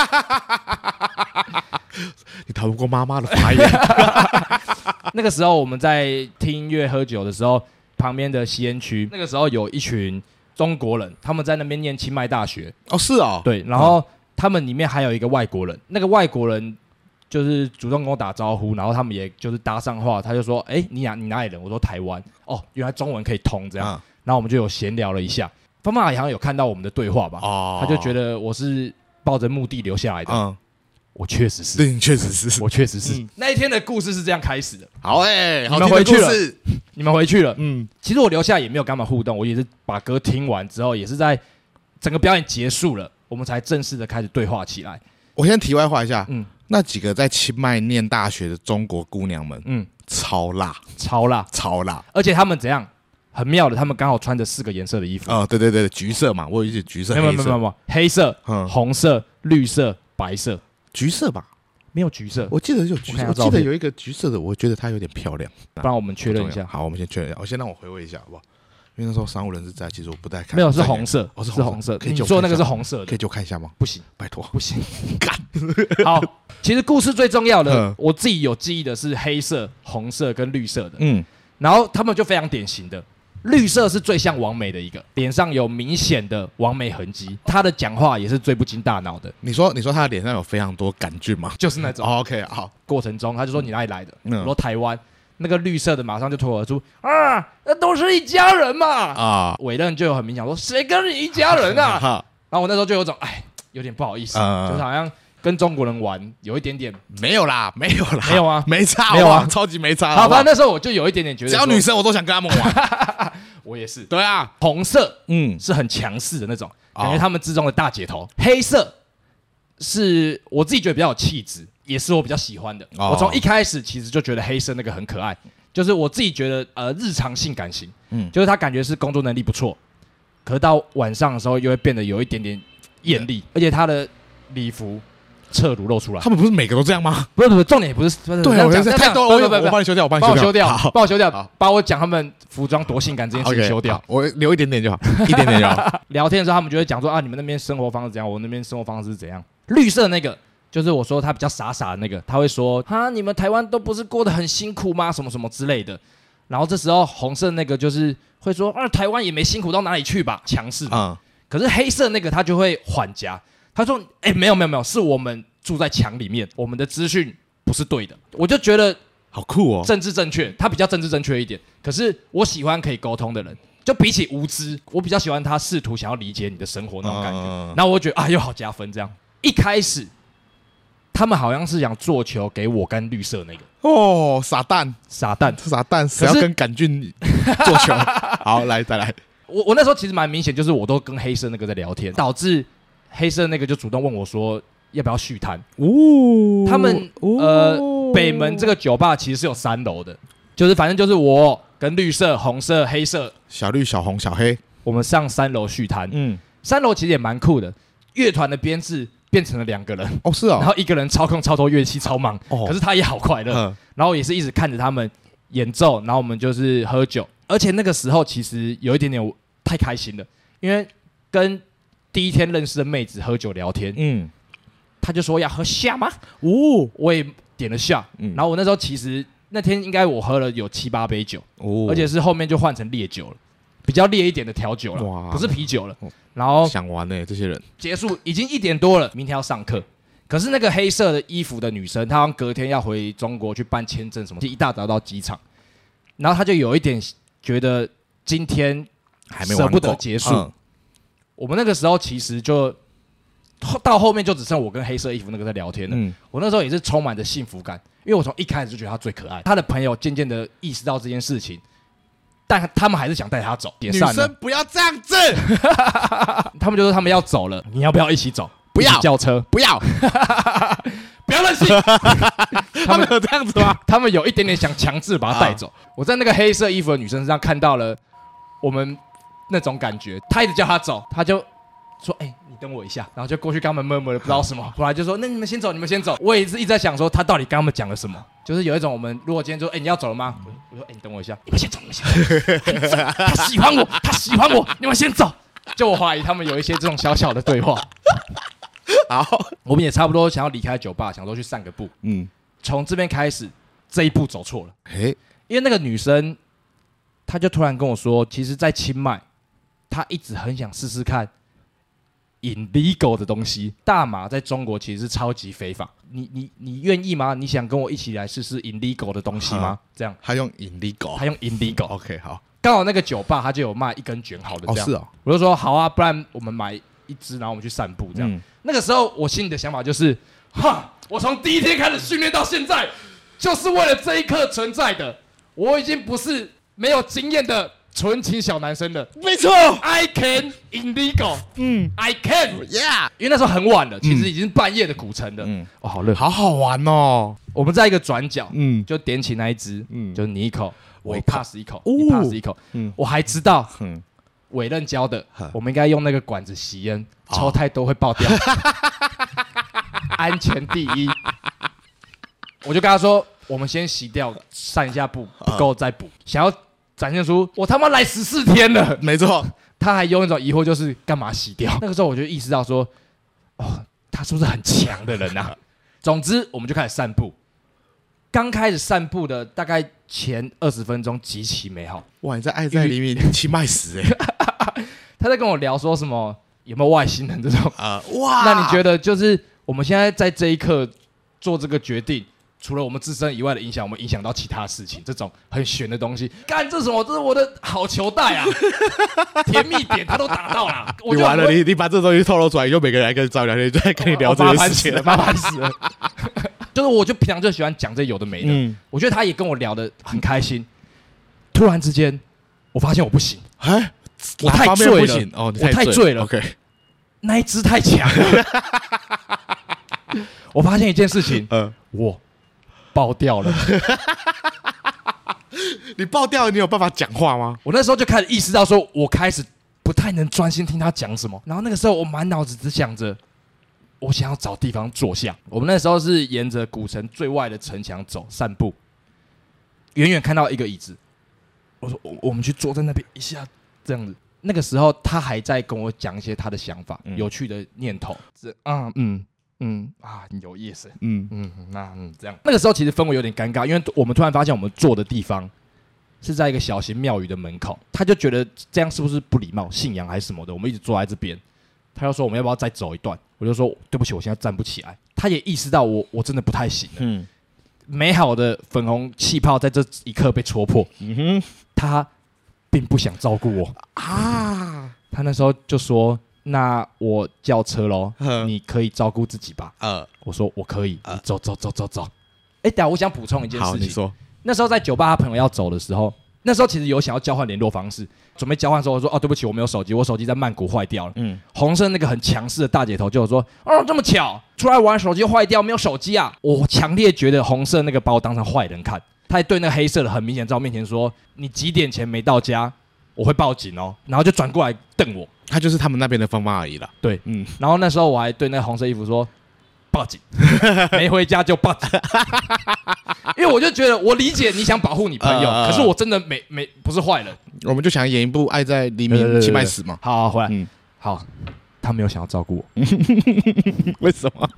你逃不过妈妈的法眼。 那个时候我们在听音乐喝酒的时候，旁边的吸烟区，那个时候有一群中国人，他们在那边念清迈大学。 哦，是哦， 对，然后他们里面还有一个外国人，那个外国人。就是主动跟我打招呼，然后他们也就是搭上话，他就说：“哎、欸，你哪你哪里人？”我说：“台湾。”哦，原来中文可以通这样。嗯、然后我们就有闲聊了一下。芳芳好像有看到我们的对话吧？哦，他就觉得我是抱着目的留下来的。嗯，我确实是， 对，确实是， 我确实是、嗯。那一天的故事是这样开始的。 好哎、欸， 你们回去了，你们回去了。嗯，其实我留下也没有跟他们互动，我也是把歌听完之后，也是在整个表演结束了，我们才正式的开始对话起来。 我先题外话一下，嗯。那几个在清迈念大学的中国姑娘们，嗯，超辣， 超辣， 超辣， 而且他们怎样？很妙的，他们刚好穿着四个颜色的衣服。 哦，对对对，橘色嘛，我有一些橘色， 没有没有没有没有，黑色、嗯、红色、绿色、白色， 橘色吧？ 没有橘色， 我记得有橘色，我, 我记得有一个橘色的，我觉得它有点漂亮。 不然我们确认一下。 好，我们先确认一下，我先让我回味一下，好不好？因为那时候商务人士在，其实我不太看。 没有，是红色， 哦，是红色。你说那个是红色的， 可以就看一下吗？ 不行， 拜托， 不行，干。好，其实故事最重要的，嗯、我自己有记忆的是黑色、红色跟绿色的。嗯，然后他们就非常典型的，绿色是最像王美的一个，脸上有明显的王美痕迹，他的讲话也是最不经大脑的。 你说，你说他的脸上有非常多杆菌吗？ 就是那种。 哦、OK， 好。 过程中，他就说你哪里来的？嗯、我说台湾。那个绿色的马上就脱口而出啊，那都是一家人嘛啊！委任就有很明显说谁跟你一家人啊？然后我那时候就有种哎，有点不好意思，嗯、就是好像跟中国人玩有一点点没有啦，没有啦， 没有啊， 没差， 没有啊， 超级没差。 好吧，那时候我就有一点点觉得， 只要女生我都想跟他们玩， 我也是。 对啊， 红色嗯是很强势的那种，感觉他们之中的大姐头。黑色是我自己觉得比较有气质。也是我比较喜欢的。Oh. 我从一开始其实就觉得黑色那个很可爱，就是我自己觉得呃日常性感型，嗯，就是他感觉是工作能力不错，可是到晚上的时候又会变得有一点点艳丽，而且他的礼服侧乳露出来。 他们不是每个都这样吗？ 不是不是，重点也不是。 对，我觉得太多，我我帮你修掉，我帮你修掉，帮我修掉，把我讲他们服装多性感这件事情修掉， 我留一点点就好，一点点就好。 聊天的时候他们就会讲说啊，你们那边生活方式怎样，我那边生活方式是怎样。绿色那个。就是我说他比较傻傻的那个，他会说哈，你们台湾都不是过得很辛苦吗？什么什么之类的。然后这时候红色那个就是会说啊，台湾也没辛苦到哪里去吧，强势。嗯。可是黑色那个他就会缓夹，他说哎、欸，没有没有没有，是我们住在墙里面，我们的资讯不是对的。我就觉得好酷哦， 政治正确，他比较政治正确一点。可是我喜欢可以沟通的人，就比起无知，我比较喜欢他试图想要理解你的生活那种感觉。嗯、然后我就觉得啊，又好加分这样。一开始。 他们好像是想做球给我跟绿色那个。 哦，傻蛋， 傻蛋， 傻蛋，谁要跟杆菌做球？好，来再来。 我我那时候其实蛮明显，就是我都跟黑色那个在聊天，导致黑色那个就主动问我说要不要续摊。哦，他们、哦、呃北门这个酒吧其实是有三楼的，就是反正就是我跟绿色、红色、黑色， 小绿、小红、小黑， 我们上三楼续摊。嗯，三楼其实也蛮酷的，乐团的编制变成了两个人。 哦，是哦， 然后一个人操控超多乐器，超忙，哦、可是他也好快乐。嗯、然后也是一直看着他们演奏，然后我们就是喝酒，而且那个时候其实有一点点太开心了，因为跟第一天认识的妹子喝酒聊天，嗯，他就说要喝下吗？哦，我也点了下，嗯，然后我那时候其实那天应该我喝了有七八杯酒，哦，而且是后面就换成烈酒了，比较烈一点的调酒了，不是啤酒了。然后想玩呢、欸，这些人结束已经一点多了，明天要上课。可是那个黑色的衣服的女生，她好像隔天要回中国去办签证什么，一大早到机场，然后她就有一点觉得今天还没舍不得结束。嗯、我们那个时候其实就到后面就只剩我跟黑色衣服那个在聊天了。嗯、我那时候也是充满着幸福感，因为我从一开始就觉得她最可爱。她的朋友渐渐的意识到这件事情。但他们还是想带他走， 女生不要这样子。 他们就说他们要走了，你要不要一起走？ 不要叫车， 不要， 不要任性。 他们有这样子吗？ 他们有一点点想强制把他带走。啊、我在那个黑色衣服的女生身上看到了我们那种感觉，他一直叫他走，他就说：“哎、欸，你等我一下。”然后就过去跟他们默默的不知道什么，后来就说：“那你们先走，你们先走。”我也是一直在想说，他到底跟他们讲了什么？就是有一种我们如果今天说：“哎、欸，你要走了吗？”我说：“哎、欸，你等我一下，你们先走，你们先走。他喜欢我，他喜欢我，你们先走。”就我怀疑他们有一些这种小小的对话。好，我们也差不多想要离开酒吧，想说去散个步。嗯，从这边开始，这一步走错了。嘿，因为那个女生，她就突然跟我说，其实，在清迈，她一直很想试试看 illegal 的东西。大麻在中国其实是超级非法。你你你愿意吗？你想跟我一起来试试 illegal 的东西吗？这样， 他用 illegal， 他用 illegal。OK， 好。 刚好那个酒吧他就有卖一根卷好的这样。哦，是哦。我就说好啊，不然我们买一支，然后我们去散步这样。嗯、那个时候我心里的想法就是，哈，我从第一天开始训练到现在，就是为了这一刻存在的。我已经不是没有经验的纯情小男生了。 没错 ，I can illegal， 嗯 ，I can，yeah。因为那时候很晚了，其实已经半夜的古城了。嗯，哦，好热， 好好玩哦。 我们在一个转角，嗯，就点起那一支，嗯，就是你一口。我 pass 一口，你 pass 一口，嗯，我还知道，嗯，委任教的，我们应该用那个管子吸烟，抽太多会爆掉，安全第一。我就跟他说，我们先洗掉，散一下步，不够再补。想要展现出我他妈来十四天了， 没错。 他还用一种疑惑，就是干嘛洗掉？那个时候我就意识到说，哦，他是不是很强的人啊？总之，我们就开始散步。刚开始散步的大概前二十分钟极其美好。 哇，你在爱在黎明清迈时哎、 欸，他在跟我聊说什么有没有外星人这种啊、呃、哇？那你觉得就是我们现在在这一刻做这个决定，除了我们自身以外的影响，我们影响到其他事情，这种很玄的东西。干这什么？这是我的好球带啊！甜蜜点他都打到了， 你完了，你你把这东西透露出来，以后每个人来跟赵聊天，就在跟你聊这件事情， 麻烦死了。就是我就平常就喜欢讲这有的没的，嗯、我觉得他也跟我聊得很开心。突然之间，我发现我不行，哎，我太醉了， 哦， 我太醉了 ，OK， 那一只太强了。我发现一件事情，嗯、呃，我爆掉了。 你爆掉了，你有办法讲话吗？ 我那时候就开始意识到，说我开始不太能专心听他讲什么。然后那个时候，我满脑子只想着。我想要找地方坐下。我们那时候是沿着古城最外的城墙走散步，远远看到一个椅子，我说我我们去坐在那边一下，这样子。那个时候他还在跟我讲一些他的想法、嗯、有趣的念头。啊嗯嗯啊有意思，嗯嗯那嗯这样。那个时候其实氛围有点尴尬，因为我们突然发现我们坐的地方是在一个小型庙宇的门口，他就觉得这样是不是不礼貌、信仰还是什么的？我们一直坐在这边。他就说我们要不要再走一段？我就说对不起，我现在站不起来。他也意识到我我真的不太行了。嗯，美好的粉红气泡在这一刻被戳破。嗯哼，他并不想照顾我啊。他那时候就说：“ 那我叫车咯，你可以照顾自己吧？呃，我说我可以，你走走走走走。哎，等下我想补充一件事情。好，你说。那时候在酒吧，他朋友要走的时候，那时候其实有想要交换联络方式，准备交换的时候，我说哦，对不起，我没有手机，我手机在曼谷坏掉了。嗯，红色那个很强势的大姐头就有说，哦，这么巧，出来玩手机坏掉，没有手机啊！我强烈觉得红色那个把我当成坏人看，他还对那个黑色的很明显在我面前说，你几点前没到家，我会报警哦。然后就转过来瞪我， 他就是他们那边的方法而已啦。 对，嗯。然后那时候我还对那个红色衣服说，报警，没回家就报警。因为我就觉得，我理解你想保护你朋友，呃、可是我真的没没不是坏人。 我们就想演一部《爱在黎明期迈死》嘛。 好，好，回来，嗯，好，他没有想要照顾我， 为什么？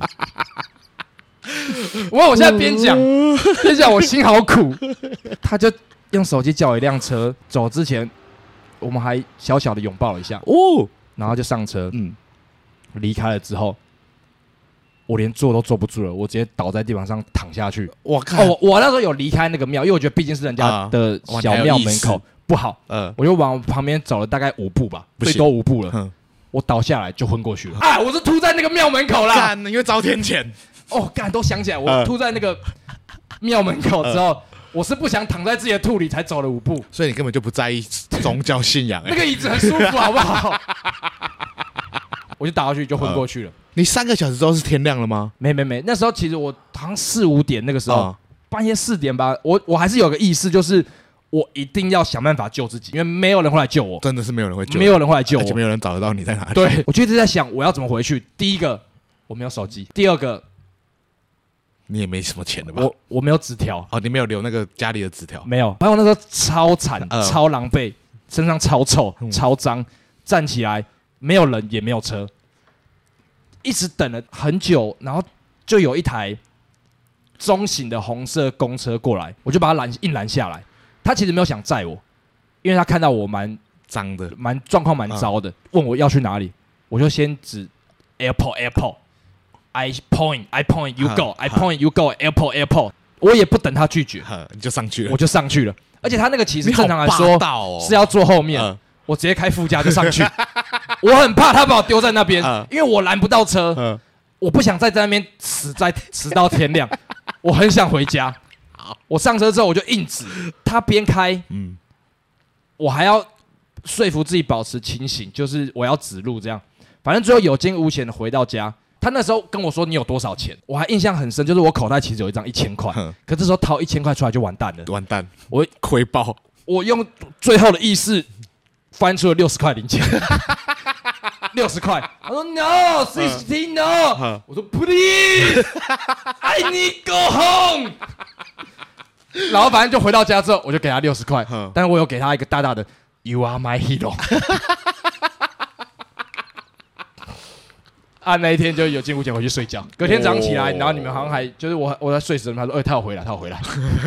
我我现在边讲边讲，我心好苦。他就用手机叫我一辆车，走之前我们还小小的拥抱了一下，哦，然后就上车，嗯，离开了之后。我连坐都坐不住了，我直接倒在地板上躺下去。我靠！哦，我, 我那时候有离开那个庙，因为我觉得毕竟是人家的小庙门口，不好。嗯、呃，我就往旁边走了大概五步吧，最多五步了。嗯、我倒下来就昏过去了。啊！我是吐在那个庙门口啦。 干，因为遭天谴。 哦，干，都想起来，我吐在那个庙门口之后，呃、我是不想躺在自己的吐里才走了五步。 所以你根本就不在意宗教信仰、欸。 那个椅子很舒服，好不好？我就倒下去就昏过去了。呃你三个小时之后是天亮了吗？ 没没没，那时候其实我好像四五点那个时候，哦、半夜四点吧，我我还是有个意识，就是我一定要想办法救自己，因为没有人会来救我， 真的是没有人会救， 没有人会来救我， 而且没有人找得到你在哪里。 对，我就一直在想我要怎么回去。第一个我没有手机，第二个你也没什么钱的吧？ 我我没有纸条， 哦，你没有留那个家里的纸条， 没有。然后那时候超惨、呃、超狼狈，身上超臭、嗯、超脏，站起来没有人也没有车。一直等了很久，然后就有一台中型的红色公车过来，我就把他拦硬拦下来。他其实没有想载我，因为他看到我蛮脏的， 蛮状况蛮糟的，嗯、问我要去哪里，我就先指 airport airport，I point I point you go I point you go airport airport， 我也不等他拒绝， 你就上去了， 我就上去了。而且他那个其实正常来说是要坐后面。嗯我直接开副驾就上去，我很怕他把我丢在那边，呃、因为我拦不到车，呃、我不想再在那边迟在迟到天亮，我很想回家。我上车之后我就硬指，他边开，嗯，我还要说服自己保持清醒，就是我要指路这样。反正最后有惊无险的回到家。他那时候跟我说你有多少钱，我还印象很深，就是我口袋其实有一张一千块，可这时候掏一千块出来就完蛋了， 完蛋， 我亏爆。 我用最后的意识。翻出了六十块零钱，六十块。他说 No, sixteen no。我说 Please, I need go home。然后反正就回到家之后，我就给他六十块，但是我有给他一个大大的 You are my hero。啊，那一天就有惊无险回去睡觉。隔天早上起来，然后你们好像还就是我我在睡时，他说：“哎、欸，他要回来，他要回来。”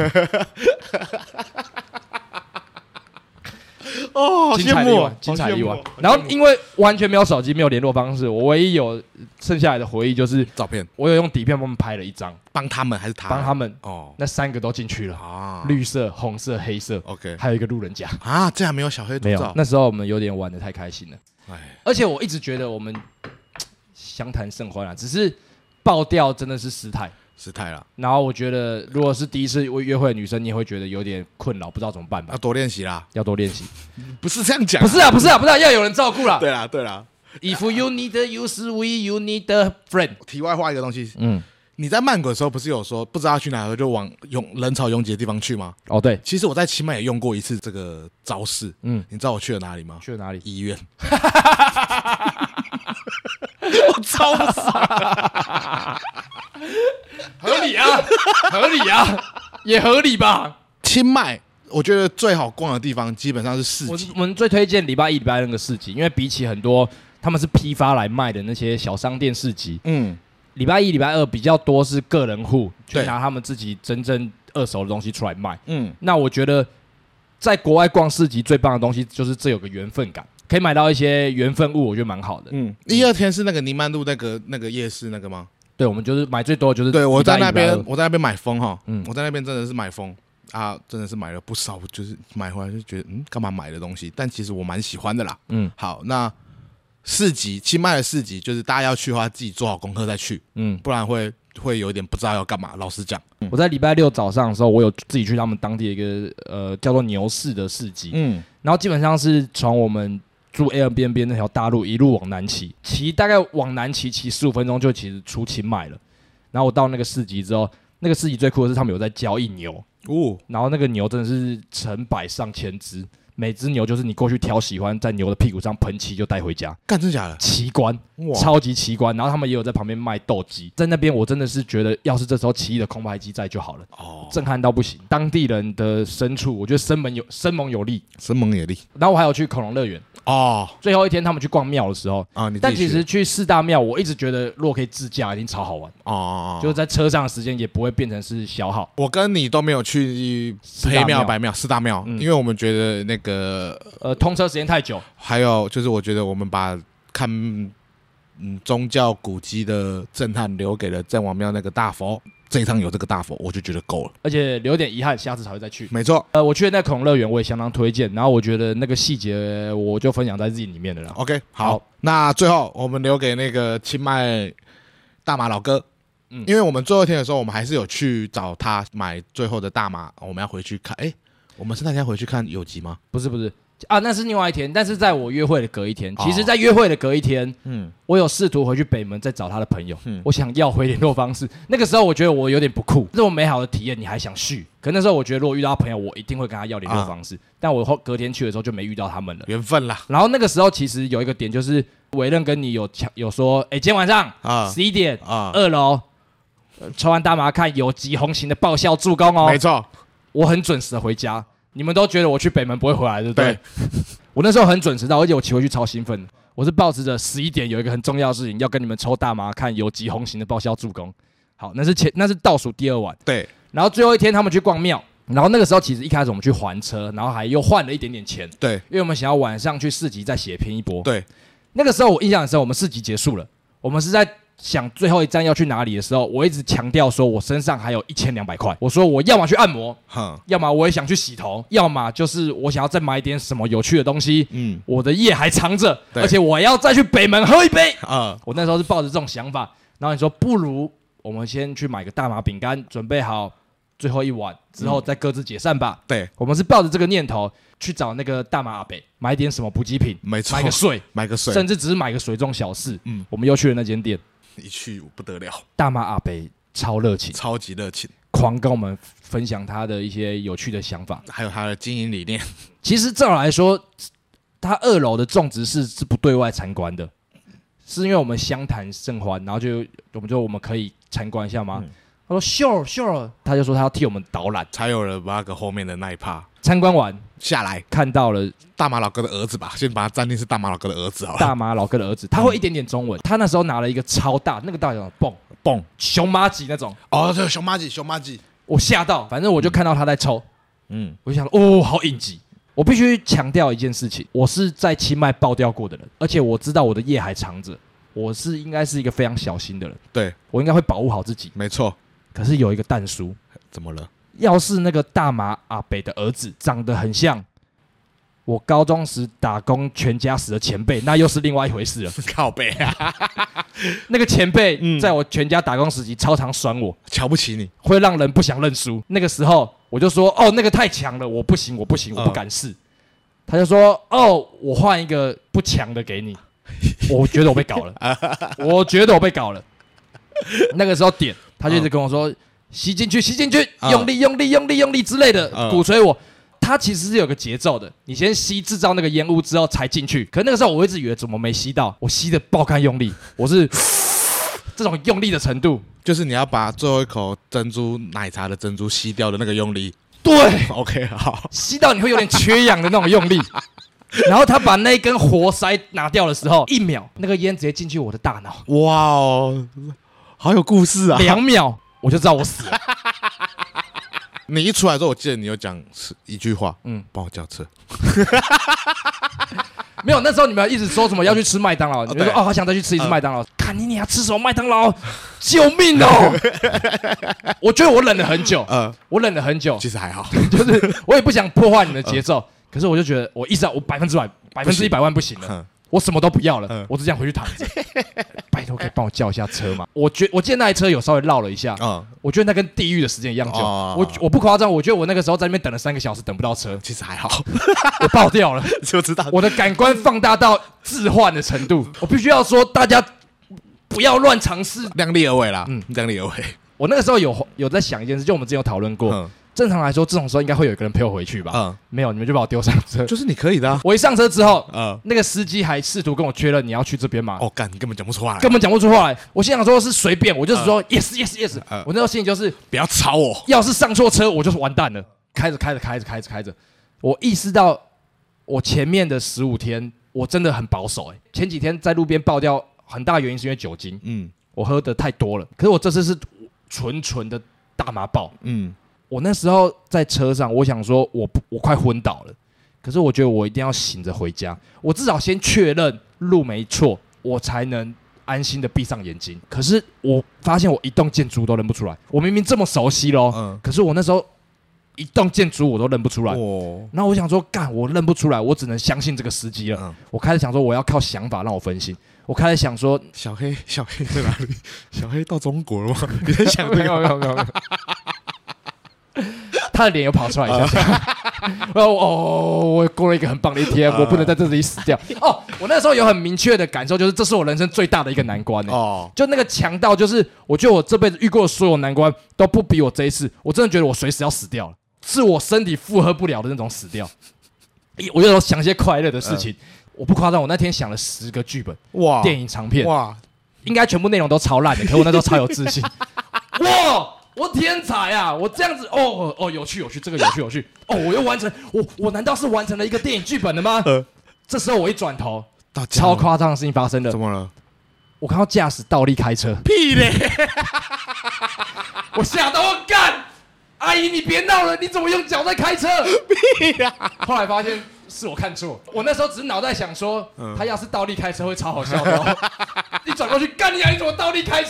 哦，精彩的意外，精彩的意外。然后因为完全没有手机，没有联络方式，我唯一有剩下来的回忆就是照片。 我有用底片帮他们拍了一张， 帮他们还是他？ 帮他们。哦，那三个都进去了啊，绿色、红色、黑色。OK， 还有一个路人甲啊，这样没有小黑独照。 没有，那时候我们有点玩得太开心了。哎，而且我一直觉得我们相谈甚欢啊，只是爆掉真的是失态。 失态了， 然后我觉得，如果是第一次约会的女生，你也会觉得有点困扰，不知道怎么办吧？ 要多练习啦， 要多练习。 不是这样讲， 不是啊，不是啊，不是啊，要有人照顾啦。 对啦，对啦。 If you need a use, we you need a friend。 题外话一个东西，嗯，你在曼谷的时候不是有说不知道要去哪，就往拥人潮拥挤的地方去吗？ 哦，对。 其实我在清迈也用过一次这个招式，嗯，你知道我去了哪里吗？ 去了哪里？ 医院。我超傻。 合理啊，合理啊，也合理吧。 清迈，我觉得最好逛的地方基本上是市集。 我们最推荐礼拜一、礼拜二那个市集，因为比起很多他们是批发来卖的那些小商店市集，嗯，礼拜一、礼拜二比较多是个人户去拿他们自己真正二手的东西出来卖。嗯，那我觉得在国外逛市集最棒的东西就是这有个缘分感。可以买到一些缘分物，我觉得蛮好的。嗯， 一二天是那个尼曼路那个那个夜市那个吗？ 对，我们就是买最多的就是对我在那边，我在那边买风哈，嗯，我在那边真的是买风啊，真的是买了不少，就是买回来就觉得嗯，干嘛买的东西？但其实我蛮喜欢的啦。嗯，好，那市集，清迈的市集，就是大家要去的话，自己做好功课再去，嗯，不然会会有点不知道要干嘛。老实讲， 嗯、我在礼拜六早上的时候，我有自己去他们当地的一个呃叫做牛市的市集，嗯，然后基本上是从我们住 Airbnb 那条大路一路往南骑，骑大概往南骑骑十五分钟就其实出清迈了。然后我到那个市集之后，那个市集最酷的是他们有在交易牛哦，然后那个牛真的是成百上千只。每只牛就是你过去挑喜欢，在牛的屁股上喷漆就带回家， 干真假的？ 奇观，超级奇观。然后他们也有在旁边卖斗鸡，在那边我真的是觉得，要是这时候奇异的空拍机在就好了，哦，震撼到不行。当地人的牲畜，我觉得生猛有生猛有力， 生猛有力。 然后我还有去恐龙乐园哦，最后一天他们去逛庙的时候啊，但其实去四大庙，我一直觉得如果可以自驾，一定超好玩哦，就是在车上的时间也不会变成是消耗。 我跟你都没有去黑庙、白庙、四大庙，嗯、因为我们觉得那个。个呃，通车时间太久， 还有就是我觉得我们把看嗯宗教古迹的震撼留给了郑王庙那个大佛，这一趟有这个大佛我就觉得够了， 而且留点遗憾，下次才会再去。 没错， 呃，我去的那恐龙乐园我也相当推荐，然后我觉得那个细节我就分享在自己里面的了。 OK， 好，好，那最后我们留给那个清迈大马老哥。嗯，因为我们最后一天的时候，我们还是有去找他买最后的大麻，我们要回去看。哎，我们是那天回去看有集吗？ 不是，不是啊，那是另外一天。但是在我约会的隔一天，其实，在约会的隔一天，嗯，我有试图回去北门再找他的朋友，嗯，我想要回联络方式。那个时候我觉得我有点不酷，这么美好的体验你还想续？可那时候我觉得如果遇到朋友，我一定会跟他要联络方式。啊、但我隔天去的时候就没遇到他们了， 缘分啦。 然后那个时候其实有一个点就是委任跟你有有说，哎，今天晚上啊十一点啊二楼。抽完大麻看有吉红行的报效助攻哦， 没错， 我很准时的回家。你们都觉得我去北门不会回来，对不对？对我那时候很准时到，而且我骑回去超兴奋。我是抱持着十一点有一个很重要的事情要跟你们抽大麻看有吉红行的报效助攻。好，那是前那是倒数第二晚。 对， 然后最后一天他们去逛庙，然后那个时候其实一开始我们去还车，然后还又换了一点点钱。 对， 因为我们想要晚上去市集再血拼一波。 对， 那个时候我印象很深，我们市集结束了，我们是在。想最后一站要去哪里的时候，我一直强调说我身上还有一千两百块。我说我要么去按摩，要么我也想去洗头，要么就是我想要再买点什么有趣的东西。嗯，我的夜还长着，而且我要再去北门喝一杯。啊、嗯，我那时候是抱着这种想法。然后你说不如我们先去买个大麻饼干，准备好最后一碗之后再各自解散吧。 嗯、对， 我们是抱着这个念头去找那个大麻阿伯买点什么补给品， 没错， 买个水， 买个水， 甚至只是买个水这种小事。嗯，我们又去了那间店。 一去不得了， 大马阿北超热情， 超级热情， 狂跟我们分享他的一些有趣的想法， 还有他的经营理念。 其实照来说，他二楼的种植室是不对外参观的，是因为我们相谈甚欢，然后就我们就我们可以参观一下吗？嗯、他说 sure sure， 他就说他要替我们导览， 才有了那个后面的那一趴。 参观完下来， 看到了大马老哥的儿子吧，先把他暂定是大马老哥的儿子好了。 大马老哥的儿子，他会一点点中文。嗯、他那时候拿了一个超大，那个到底叫什么泵泵熊麻吉那种。 哦，对，熊麻吉，熊麻吉。 我吓到，反正我就看到他在抽，嗯，我就想说，哦，好应急。我必须强调一件事情，我是在清迈爆掉过的人，而且我知道我的夜还长着，我是应该是一个非常小心的人。 对， 我应该会保护好自己。 没错。 可是有一个但书， 怎么了？ 要是那个大麻阿北的儿子长得很像我高中时打工全家时的前辈，那又是另外一回事了。 靠北啊！ 那个前辈在我全家打工时期超常酸我， 瞧不起你， 会让人不想认输。那个时候我就说：“哦，那个太强了，我不行，我不行，我不敢试。”他就说：“哦，我换一个不强的给你。”我觉得我被搞了，我觉得我被搞了。那个时候点，他就一直跟我说。吸进去，吸进去，用力，用力，用力，用力之类的，鼓吹我。它其实是有个节奏的，你先吸，制造那个烟雾之后才进去。可那个时候我一直以为怎么没吸到，我吸的爆干用力，我是这种用力的程度， 就是你要把最后一口珍珠奶茶的珍珠吸掉的那个用力。 对 ，OK， 好， 吸到你会有点缺氧的那种用力。然后他把那根活塞拿掉的时候，一秒那个烟直接进去我的大脑。 哇哦，好有故事啊！ 两秒。我就知道我死了。 你一出来之后，我记得你有讲一句话，嗯，帮我叫车。 没有，那时候你们一直说什么要去吃麦当劳，你们说哦，好想再去吃一次麦当劳。看你你要吃什么麦当劳？救命哦！我觉得我忍了很久，嗯，我忍了很久。 其实还好， 就是我也不想破坏你的节奏，可是我就觉得我意识到我百分之百、百分之一百万不行了。 我什么都不要了，嗯、我只想回去躺着。拜托，可以帮我叫一下车吗？我觉我记得那台车有稍微绕了一下，嗯、我觉得那跟地狱的时间一样久。哦、我我不夸张，我觉得我那个时候在那边等了三个小时，等不到车。 其实还好， 我爆掉了， 就知道我的感官放大到置换的程度。我必须要说，大家不要乱尝试， 量力而为啦。嗯，量力而为。 我那个时候有有在想一件事，就我们之前有讨论过。嗯正常来说，这种时候应该会有一个人陪我回去吧？嗯，没有，你们就把我丢上车。 就是你可以的、啊。 我一上车之后，嗯，那个司机还试图跟我确认你要去这边吗？ 哦，干，你根本讲不出话来， 根本讲不出话来。我心想说是随便，我就是说、嗯、yes yes yes、嗯。我那时候心里就是不要吵我， 要是上错车，我就是完蛋了。开着开着开着开着开着，我意识到我前面的十五天我真的很保守、欸。前几天在路边爆掉，很大原因是因为酒精，嗯，我喝的太多了。可是我这次是纯纯的大麻爆，嗯。我那时候在车上，我想说我，我我快昏倒了，可是我觉得我一定要醒着回家，我至少先确认路没错，我才能安心的闭上眼睛。可是我发现我一栋建筑都认不出来，我明明这么熟悉咯，嗯、可是我那时候一栋建筑我都认不出来。哦、然后我想说，干，我认不出来，我只能相信这个司机了。嗯、我开始想说，我要靠想法让我分心。我开始想说， 小黑，小黑在哪里？小黑到中国了吗？你在想这个？ 没有没有没有。他的脸又跑出来一下下，哦哦，我过了一个很棒的一天，我不能在这里死掉。哦，我那时候有很明确的感受，就是这是我人生最大的一个难关、欸、哦，就那个强到，就是我觉得我这辈子遇过的所有难关都不比我这一次，我真的觉得我随时要死掉了，是我身体负荷不了的那种死掉。我有时候想一些快乐的事情，呃、我不夸张，我那天想了十个剧本，哇，电影长片，哇，应该全部内容都超烂的，可是我那时候超有自信，哇。我天才啊！我这样子，哦哦，有趣有趣，这个有趣有趣，哦，我又完成，我我难道是完成了一个电影剧本了吗？呃、这时候我一转头，超夸张的事情发生了。 怎么了？ 我看到驾驶倒立开车， 屁嘞！ 我吓到我干，阿姨你别闹了，你怎么用脚在开车？ 屁呀、啊！ 后来发现是我看错，我那时候只是脑袋想说，嗯、他要是倒立开车会超好笑的、哦。一转过去，干你啊！你怎么倒立开车？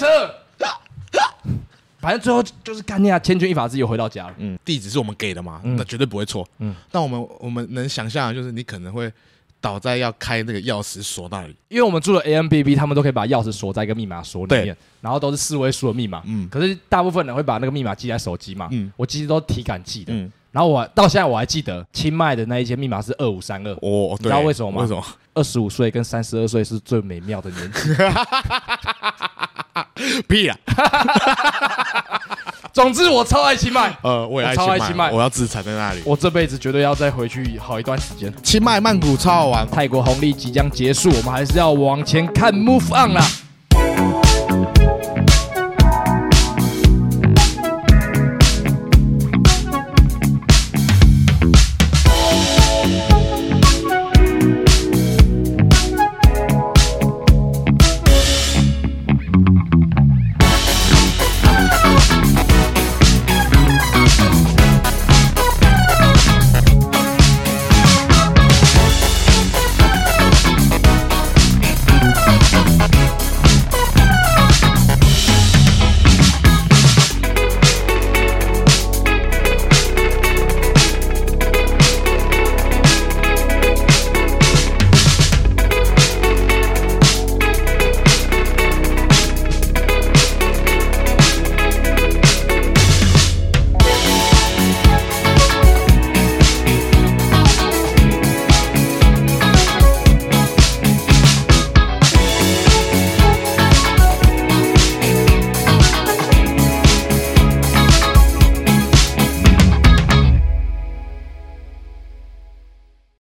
反正最后就是干你啊，千钧一发之际又回到家了。 嗯，地址是我们给的嘛，嗯、那绝对不会错。嗯，但我们我们能想象的就是你可能会倒在要开那个钥匙锁那里， 因为我们住的 A M B B， 他们都可以把钥匙锁在一个密码锁里面，然后都是四位数的密码。嗯，可是大部分人会把那个密码记在手机嘛。嗯，我其实都体感记的。嗯，然后我到现在我还记得清迈的那一间密码是二五三二。哦，你知道为什么吗？ 为什么？ 二十五岁跟三十二岁是最美妙的年纪。 屁啊！ 总之，我超爱清迈。 呃，我也爱清迈，我要自残在那里。 我这辈子绝对要再回去好一段时间。 清迈曼谷超好玩， 泰国红利即将结束，我们还是要往前看 ，move on 啦。